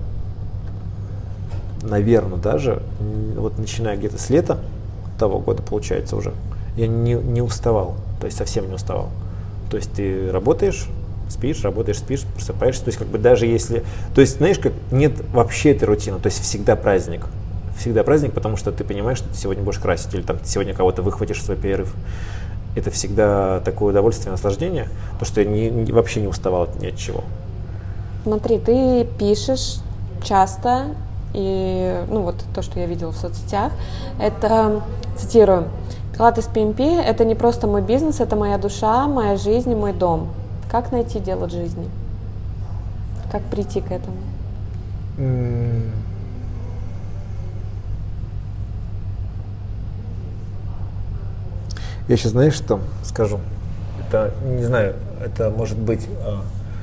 наверное, даже вот начиная где-то с лета того года, получается, уже, я не, не уставал, то есть совсем не уставал. То есть ты работаешь, спишь, работаешь, спишь, просыпаешься, то есть как бы даже если, то есть знаешь, как нет вообще этой рутины, то есть всегда праздник, всегда праздник, потому что ты понимаешь, что ты сегодня будешь красить, или там ты сегодня кого-то выхватишь в свой перерыв. Это всегда такое удовольствие, наслаждение, то, что я не, не, вообще не уставал ни от чего. Смотри, ты пишешь часто, и ну вот то, что я видела в соцсетях, это, цитирую, «Пилатес пи эм пи – это не просто мой бизнес, это моя душа, моя жизнь и мой дом». Как найти дело жизни? Как прийти к этому? Я сейчас, знаешь, что скажу? Это, не знаю, это может быть а,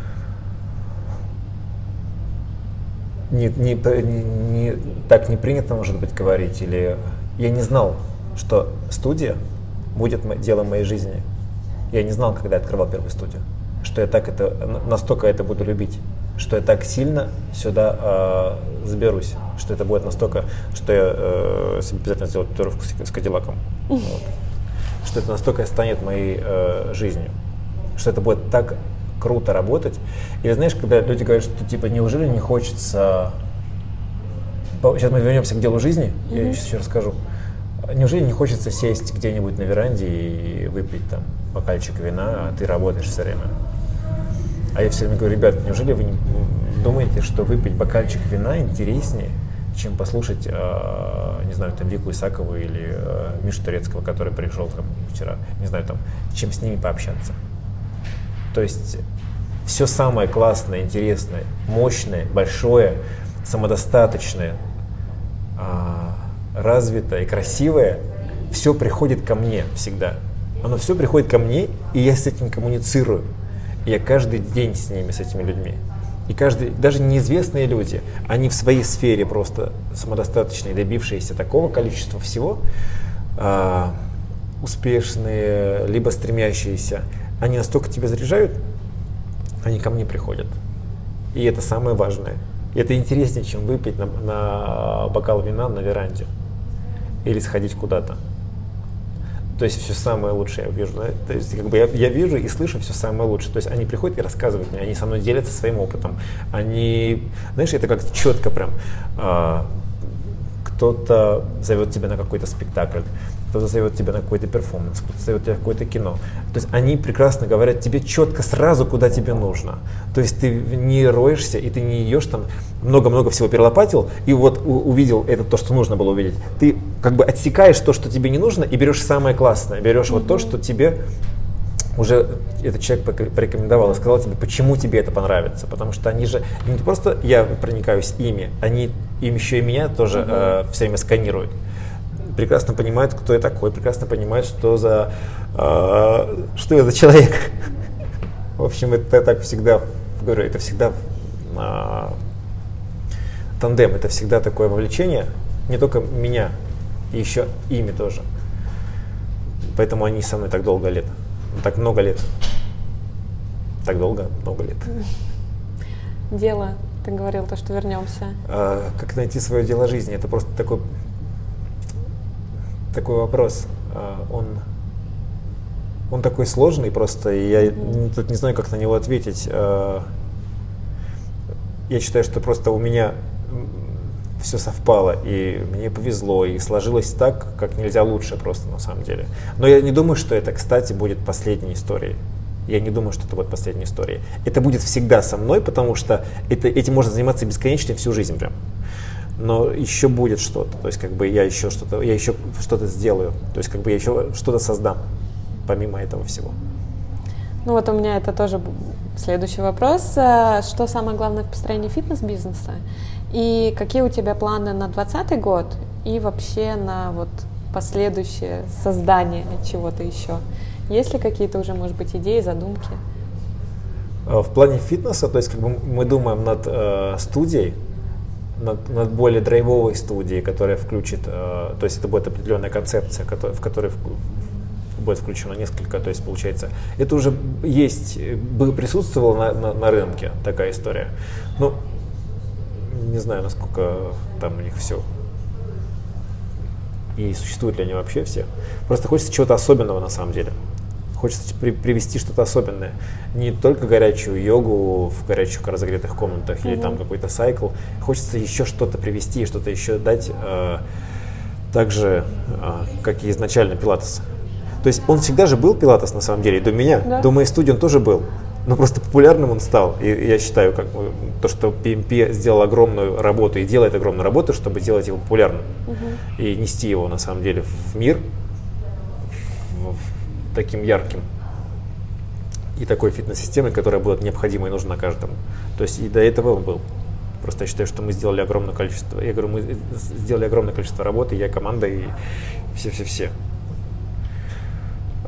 не, не, не, не, так не принято, может быть, говорить. Или я не знал, что студия будет делом моей жизни. Я не знал, когда я открывал первую студию, что я так это, настолько это буду любить, что я так сильно сюда э, заберусь, что это будет настолько, что я э, себе обязательно сделаю татуировку с, с Кадиллаком, вот. Что это настолько станет моей э, жизнью, что это будет так круто работать. Или знаешь, когда люди говорят, что типа неужели не хочется, сейчас мы вернемся к делу жизни, mm-hmm. я сейчас еще расскажу. Неужели не хочется сесть где-нибудь на веранде и выпить там бокальчик вина, а ты работаешь все время? А я все время говорю, ребят, неужели вы не думаете, что выпить бокальчик вина интереснее, чем послушать, э, не знаю, там Вику Исакову или э, Мишу Турецкого, который пришел там вчера, не знаю, там, чем с ними пообщаться? То есть все самое классное, интересное, мощное, большое, самодостаточное, э, развитое и красивое, все приходит ко мне всегда. Оно все приходит ко мне, и я с этим коммуницирую. И я каждый день с ними, с этими людьми. И каждый, даже неизвестные люди, они в своей сфере просто самодостаточные, добившиеся такого количества всего, э, успешные, либо стремящиеся, они настолько тебя заряжают, они ко мне приходят. И это самое важное. И это интереснее, чем выпить на, на бокал вина на веранде или сходить куда-то. То есть все самое лучшее я вижу. Да? То есть как бы я, я вижу и слышу все самое лучшее. То есть они приходят и рассказывают мне, они со мной делятся своим опытом. Они, знаешь, это как четко прям. А, кто-то зовет тебя на какой-то спектакль, кто-то зовет тебя на какой-то перформанс, кто-то зовет тебя на какое-то кино. То есть они прекрасно говорят тебе четко сразу, куда тебе нужно. То есть ты не роешься, и ты не идешь там, много-много всего перелопатил, и вот у- увидел это то, что нужно было увидеть. Ты как бы отсекаешь то, что тебе не нужно, и берешь самое классное. Берешь mm-hmm. вот то, что тебе уже этот человек порекомендовал и сказал тебе, почему тебе это понравится. Потому что они же, не просто я проникаюсь ими, они им еще и меня тоже mm-hmm. э, все время сканируют. Прекрасно понимают, кто я такой, прекрасно понимают, что за э, что я за человек. В общем, это так всегда, говорю, это всегда э, тандем, это всегда такое вовлечение, не только меня, и еще ими тоже. Поэтому они со мной так долго лет, так много лет, так долго, много лет. Дело, ты говорил то, что вернемся. А, как найти свое дело жизни? Это просто такой такой вопрос. А, он он такой сложный просто, и я mm-hmm. тут не знаю, как на него ответить. А, я считаю, что просто у меня все совпало, и мне повезло, и сложилось так, как нельзя лучше просто на самом деле. Но я не думаю, что это, кстати, будет последней историей. Я не думаю, что это будет последней историей. Это будет всегда со мной, потому что это, этим можно заниматься бесконечно всю жизнь прям. Но еще будет что-то, то есть как бы я еще что-то, я еще что-то сделаю, то есть как бы я еще что-то создам, помимо этого всего. Ну вот у меня это тоже следующий вопрос. Что самое главное в построении фитнес-бизнеса? И какие у тебя планы на двадцатый год и вообще на вот последующее создание чего-то еще? Есть ли какие-то уже, может быть, идеи, задумки? В плане фитнеса, то есть как бы мы думаем над э, студией, над, над более драйвовой студией, которая включит, э, то есть это будет определенная концепция, который, в которой в, в, будет включено несколько, то есть получается, это уже есть, присутствовало на, на, на рынке такая история. Ну, не знаю, насколько там у них все и существуют ли они вообще все. Просто хочется чего-то особенного на самом деле. Хочется при, привести что-то особенное. Не только горячую йогу в горячих разогретых комнатах mm-hmm. или там какой-то сайкл. Хочется еще что-то привести, что-то еще дать, э, так же, э, как и изначально пилатес. То есть он всегда же был пилатес на самом деле, и до меня, да. До моей студии он тоже был. Но просто популярным он стал. И я считаю, как то, что пи эм пи сделал огромную работу и делает огромную работу, чтобы сделать его популярным. Uh-huh. И нести его на самом деле в мир в, в, таким ярким. И такой фитнес-системой, которая будет необходима и нужна каждому. То есть и до этого он был. Просто я считаю, что мы сделали огромное количество. Я говорю, мы сделали огромное количество работы, я, команда и все-все-все.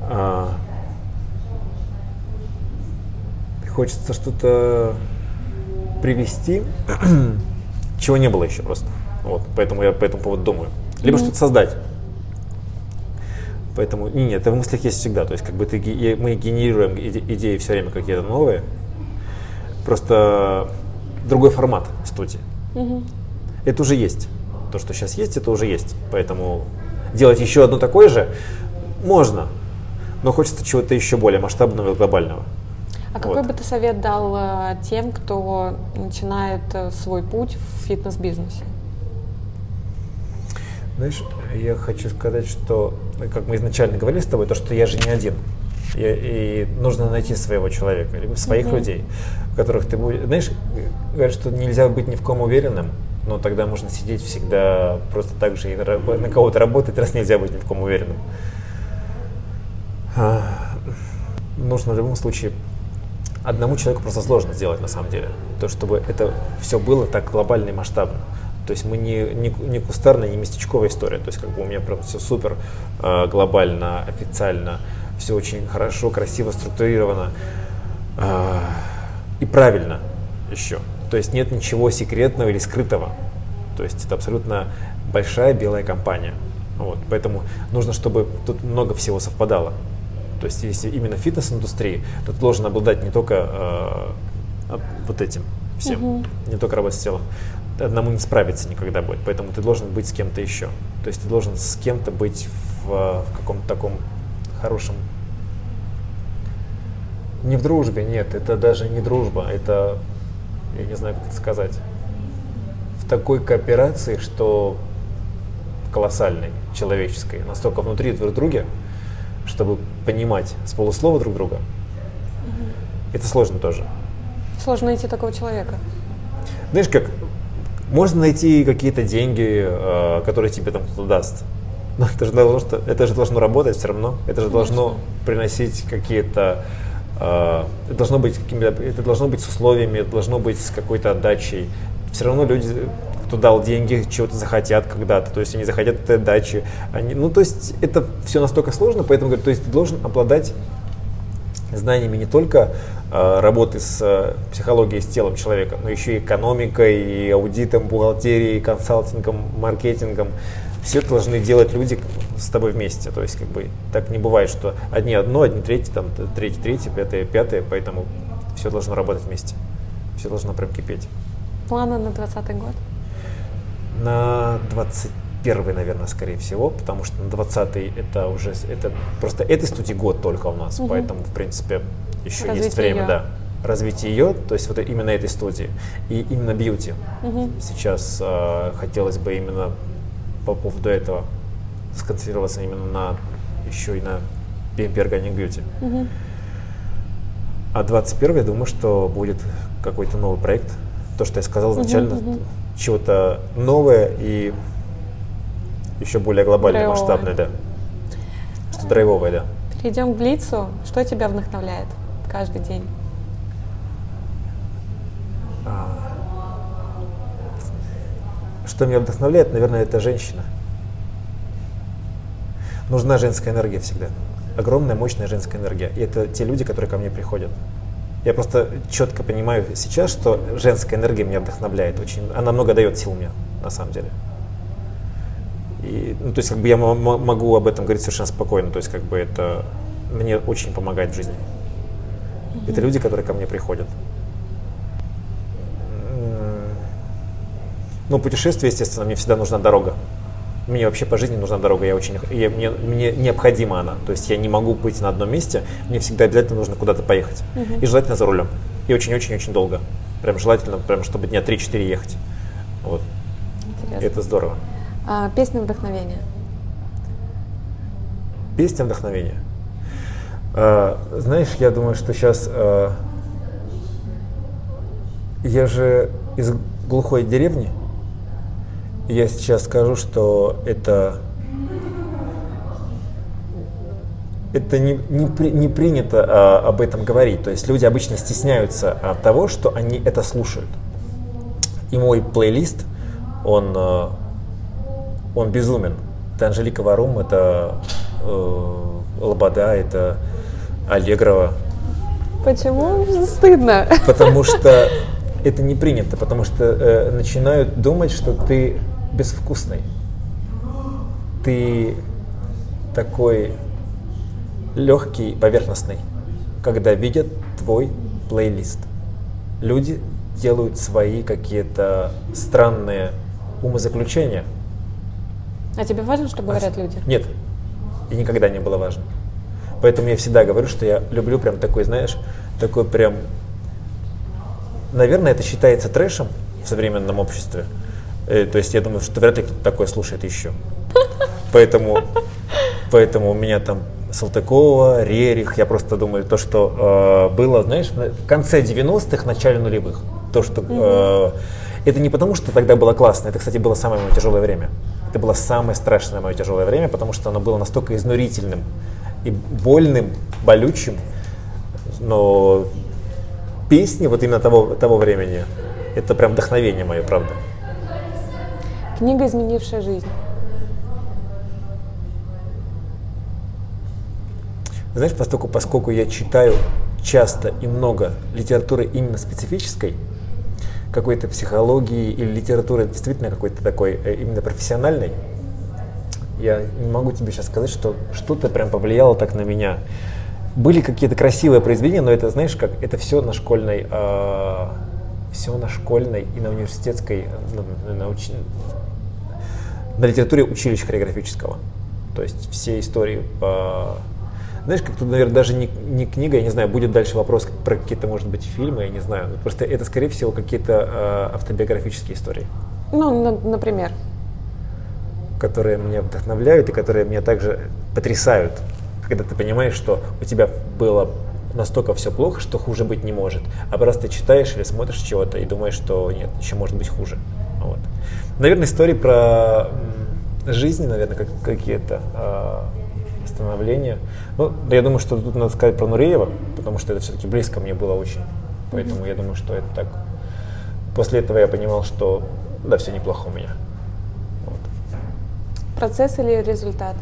хочется что-то привести, чего не было еще просто. Вот, поэтому я по этому поводу думаю. Либо mm-hmm. что-то создать. Поэтому, не, нет, это в мыслях есть всегда. То есть, как бы ты, мы генерируем иде, идеи все время какие-то новые. Просто другой формат студии. Mm-hmm. Это уже есть. То, что сейчас есть, это уже есть. Поэтому делать еще одно такое же можно. Но хочется чего-то еще более масштабного и глобального. А какой вот. бы ты совет дал э, тем, кто начинает э, свой путь в фитнес-бизнесе? Знаешь, я хочу сказать, что, как мы изначально говорили с тобой, то, что я же не один. Я, и нужно найти своего человека, либо своих mm-hmm. людей, в которых ты будешь... Знаешь, говорят, что нельзя быть ни в ком уверенным, но тогда можно сидеть всегда просто так же и на, на кого-то работать, раз нельзя быть ни в ком уверенным. А, нужно в любом случае... Одному человеку просто сложно сделать на самом деле. То, чтобы это все было так глобально и масштабно. То есть мы не, не, не кустарная, не местечковая история. То есть как бы у меня прям все супер э, глобально, официально, все очень хорошо, красиво структурировано э, и правильно еще. То есть нет ничего секретного или скрытого. То есть это абсолютно большая белая компания. Вот. Поэтому нужно, чтобы тут много всего совпадало. То есть если именно фитнес-индустрии, то ты должен обладать не только э, вот этим всем, uh-huh. не только работать с телом. Одному не справиться никогда будет, поэтому ты должен быть с кем-то еще. То есть ты должен с кем-то быть в, в каком-то таком хорошем... Не в дружбе, нет, это даже не дружба, это, я не знаю, как это сказать, в такой кооперации, что колоссальной, человеческой, настолько внутри друг друга, чтобы понимать с полуслова друг друга, угу. это сложно тоже. Сложно найти такого человека. Знаешь, как можно найти какие-то деньги, э, которые тебе там кто-то даст, но это же должно, это же должно работать все равно, это же Конечно. должно приносить какие-то, э, это должно быть какими-то, это должно быть с условиями, это должно быть с какой-то отдачей. Все равно люди, кто дал деньги, чего-то захотят когда-то, то есть они захотят этой отдачи. Они, ну, то есть это все настолько сложно, поэтому говорю, то есть ты должен обладать знаниями не только э, работы с э, психологией, с телом человека, но еще и экономикой, и аудитом, бухгалтерией, консалтингом, маркетингом. Все это должны делать люди с тобой вместе. То есть как бы так не бывает, что одни одно, одни третье, там, третье, третье, пятое, пятое, поэтому все должно работать вместе. Все должно прям кипеть. Планы на двадцатый год? На двадцать первый, наверное, скорее всего, потому что на двадцатый это уже, это просто этой студии год только у нас, угу. поэтому, в принципе, еще Развитие есть время, ее. да, развитие ее, то есть вот именно этой студии, и именно бьюти. Угу. Сейчас э, хотелось бы именно по поводу этого сконцентрироваться именно на, еще и на би эм пи Organic Beauty. Угу. А двадцать первый, я думаю, что будет какой-то новый проект, то, что я сказал изначально, угу, угу. чего-то новое и еще более глобальное, драйвовое. масштабное, да. Что драйвовое, да. Перейдем к Блицу. Что тебя вдохновляет каждый день? А, что меня вдохновляет, наверное, это женщина. Нужна женская энергия всегда. Огромная, мощная женская энергия. И это те люди, которые ко мне приходят. Я просто четко понимаю сейчас, что женская энергия меня вдохновляет очень. Она много дает сил мне, на самом деле. И, ну, то есть как бы я м- могу об этом говорить совершенно спокойно. То есть как бы это мне очень помогает в жизни. Mm-hmm. Это люди, которые ко мне приходят. Ну, путешествие, естественно, мне всегда нужна дорога. Мне вообще по жизни нужна дорога, я очень, я, мне, мне необходима она. То есть я не могу быть на одном месте, мне всегда обязательно нужно куда-то поехать. Uh-huh. И желательно за рулем. И очень-очень-очень долго. Прям желательно, прям, чтобы дня три-четыре ехать. Вот. Интересно. Это здорово. А, песня вдохновения? Песня вдохновения? А, знаешь, я думаю, что сейчас... А, я же из глухой деревни. Я сейчас скажу, что это, это не, не, при, не принято а, об этом говорить. То есть люди обычно стесняются а, того, что они это слушают. И мой плейлист, он, а, он безумен. Это Анжелика Варум, это э, Лобода, это Аллегрова, Почему стыдно? Потому что это не принято, потому что э, начинают думать, что ты безвкусный. Ты такой легкий, поверхностный, когда видят твой плейлист. Люди делают свои какие-то странные умозаключения. А тебе важно, что говорят люди? Нет, и никогда не было важно. Поэтому я всегда говорю, что я люблю прям такой, знаешь, такой прям... Наверное, это считается трэшем в современном обществе. Э, то есть я думаю, что вряд ли кто-то такое слушает еще. Поэтому, поэтому у меня там Салтыкова, Рерих, я просто думаю, то, что э, было, знаешь, в конце девяностых, начале нулевых. То, что... Э, это не потому, что тогда было классно, это, кстати, было самое мое тяжелое время. Это было самое страшное мое тяжелое время, потому что оно было настолько изнурительным и больным, болючим, но песни вот именно того, того времени, это прям вдохновение мое, правда. Книга, изменившая жизнь. Знаешь, поскольку, поскольку я читаю часто и много литературы именно специфической, какой-то психологии или литературы действительно какой-то такой именно профессиональной, я не могу тебе сейчас сказать, что что-то прям повлияло так на меня. Были какие-то красивые произведения, но это, знаешь, как это все на школьной, э, все на школьной и на университетской, на, на, уч... на литературе училища хореографического. То есть все истории по... Знаешь, как тут, наверное, даже не, не книга, я не знаю, будет дальше вопрос про какие-то, может быть, фильмы, я не знаю. Но просто это, скорее всего, какие-то э, автобиографические истории. Ну, на, например? Которые меня вдохновляют и которые меня также потрясают. Когда ты понимаешь, что у тебя было настолько все плохо, что хуже быть не может. А просто читаешь или смотришь чего-то и думаешь, что нет, еще может быть хуже. Вот. Наверное, истории про жизнь, наверное, как, какие-то э, становления. Ну, я думаю, что тут надо сказать про Нуреева, потому что это все-таки близко мне было очень. Поэтому mm-hmm. я думаю, что это так. После этого я понимал, что да, все неплохо у меня. Вот. Процесс или результат?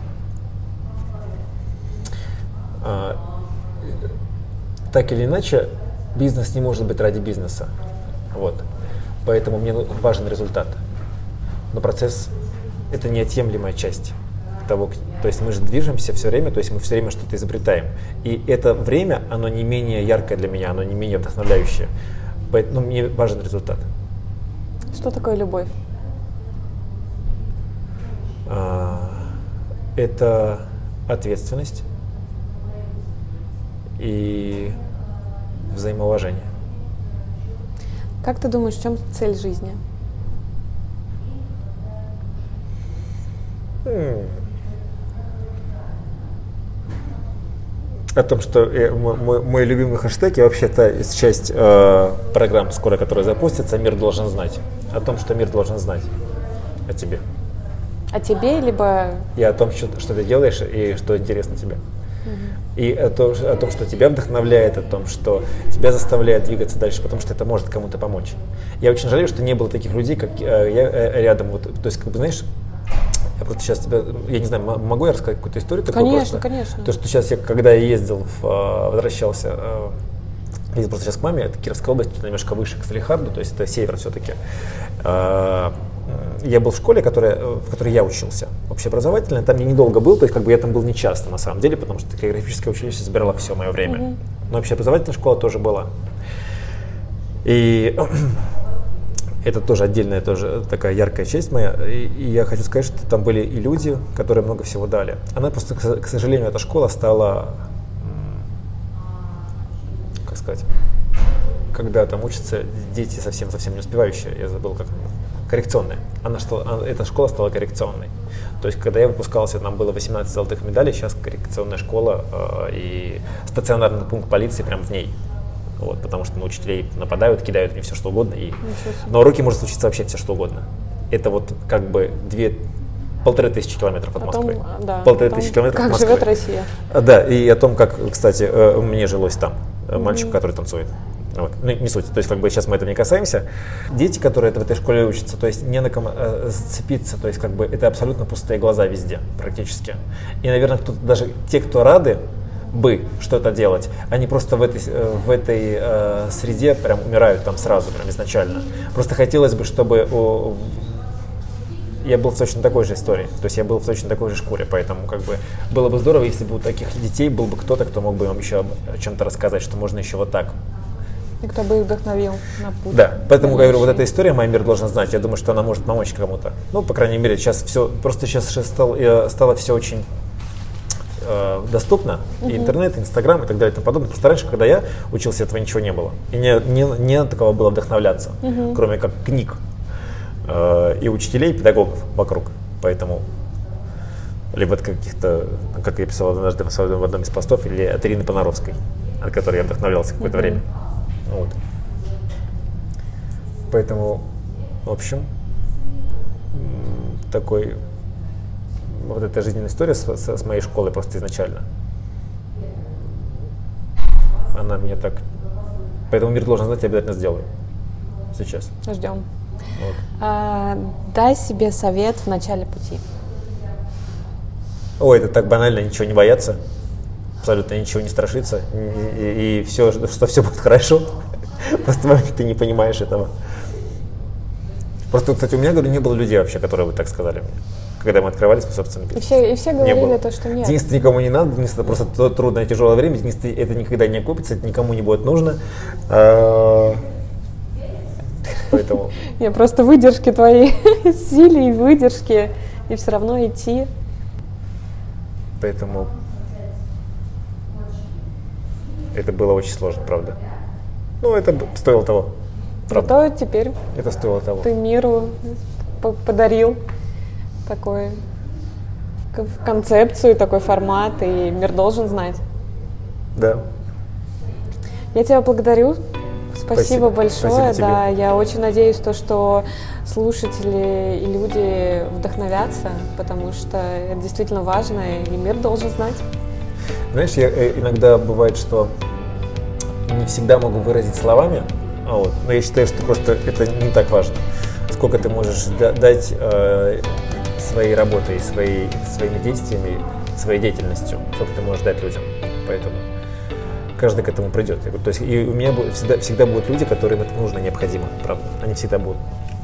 А, так или иначе, бизнес не может быть ради бизнеса. Вот. Поэтому мне важен результат. Но процесс – это неотъемлемая часть того. То есть мы же движемся все время, то есть мы все время что-то изобретаем. И это время, оно не менее яркое для меня, оно не менее вдохновляющее. Поэтому мне важен результат. Что такое любовь? А, это ответственность и взаимоуважение. Как ты думаешь, в чем цель жизни? Hmm. О том, что э, мой, мой любимый хэштег, и вообще-то часть э, программ скоро, которая запустится, «Мир должен знать». О том, что мир должен знать о тебе. О тебе, либо... И о том, что, что ты делаешь и что интересно тебе. Угу. И о том, о том, что тебя вдохновляет, о том, что тебя заставляет двигаться дальше, потому что это может кому-то помочь. Я очень жалею, что не было таких людей, как э, я э, рядом. Вот, то есть, как бы, знаешь, я просто сейчас тебя, я не знаю, могу я рассказать какую-то историю? Конечно, просто? конечно. То, что сейчас я, когда я ездил, в, возвращался, ездил просто сейчас к маме, это Кировская область, немножко выше, к Салихарду, то есть это север все-таки. Я был в школе, которая, в которой я учился, общеобразовательная, там я недолго был, то есть как бы я там был не часто на самом деле, потому что хореографическое училище забирало все мое время. Mm-hmm. Но общеобразовательная школа тоже была. И это тоже отдельная, тоже такая яркая часть моя. И, и я хочу сказать, что там были и люди, которые много всего дали. Она просто, к сожалению, эта школа стала, как сказать, когда там учатся дети совсем-совсем не успевающие, я забыл как, коррекционная. Она, что, эта школа стала коррекционной. То есть, когда я выпускался, нам было восемнадцать золотых медалей, сейчас коррекционная школа э, и стационарный пункт полиции прямо в ней. Вот, потому что на учителей нападают, кидают мне все что угодно. И на уроке может случиться вообще все что угодно. Это вот как бы две, полторы тысячи километров от потом, Москвы. Да, полторы тысячи километров как от Москвы. Живет Россия. Да, и о том, как, кстати, мне жилось там, мальчику, mm-hmm. который танцует. Вот. Ну, не суть. То есть, как бы сейчас мы этого не касаемся. Дети, которые в этой школе учатся, то есть не на ком э, зацепиться, то есть, как бы это абсолютно пустые глаза везде, практически. И, наверное, кто-то, даже те, кто рады, бы что-то делать, они просто в этой, в этой э, среде прям умирают там сразу, прям изначально. Просто хотелось бы, чтобы о, я был в точно такой же истории, то есть я был в точно такой же шкуре, поэтому как бы было бы здорово, если бы у таких детей был бы кто-то, кто мог бы им еще о чем-то рассказать, что можно еще вот так. И кто бы их вдохновил на путь. Да, поэтому говорю, вот эта история «Мой мир должен знать», я думаю, что она может помочь кому-то. Ну, по крайней мере, сейчас все, просто сейчас стало, стало все очень э, доступно, uh-huh. и интернет, и Инстаграм и так далее и тому подобное. Просто раньше, когда я учился, этого ничего не было. И не, не, не такого было вдохновляться, uh-huh. кроме как книг э, и учителей, и педагогов вокруг. Поэтому либо от каких-то, как я писал однажды в одном из постов, или от Ирины Понаровской, от которой я вдохновлялся какое-то uh-huh. время. Вот. Поэтому, в общем, такой вот эта жизненная история с, с, с моей школы просто изначально. Она мне так... Поэтому мир должен знать, я обязательно сделаю. Сейчас. Ждем. Вот. А, дай себе совет в начале пути. Ой, это так банально, ничего не бояться. Абсолютно ничего не страшиться. И, и, и все, что все будет хорошо. Просто ты не понимаешь этого. Просто, кстати, у меня, говорю, не было людей вообще, которые бы так сказали мне, когда мы открывали свой собственный бизнес. И все, и все говорили то, что нет. Денис, никому не надо, Денис, это просто трудное, тяжелое время, Денис, это никогда не окупится, это никому не будет нужно. Поэтому... Я просто выдержки твои, силе и выдержки, и все равно идти. Поэтому это было очень сложно, правда. Ну, это стоило того. Зато теперь это стоило того. Ты миру подарил такой концепцию, такой формат, и мир должен знать. Да. Я тебя благодарю. Спасибо, Спасибо. большое. Спасибо тебе. Да, я очень надеюсь, то, что слушатели и люди вдохновятся, потому что это действительно важно, и мир должен знать. Знаешь, я, иногда бывает, что не всегда могу выразить словами, а вот, но я считаю, что просто это не так важно, сколько ты можешь да- дать э, своей работой, своей, своими действиями, своей деятельностью, сколько ты можешь дать людям. Поэтому каждый к этому придет. Я говорю, то есть и у меня будет, всегда, всегда будут люди, которым это нужно, необходимо, правда, они всегда будут.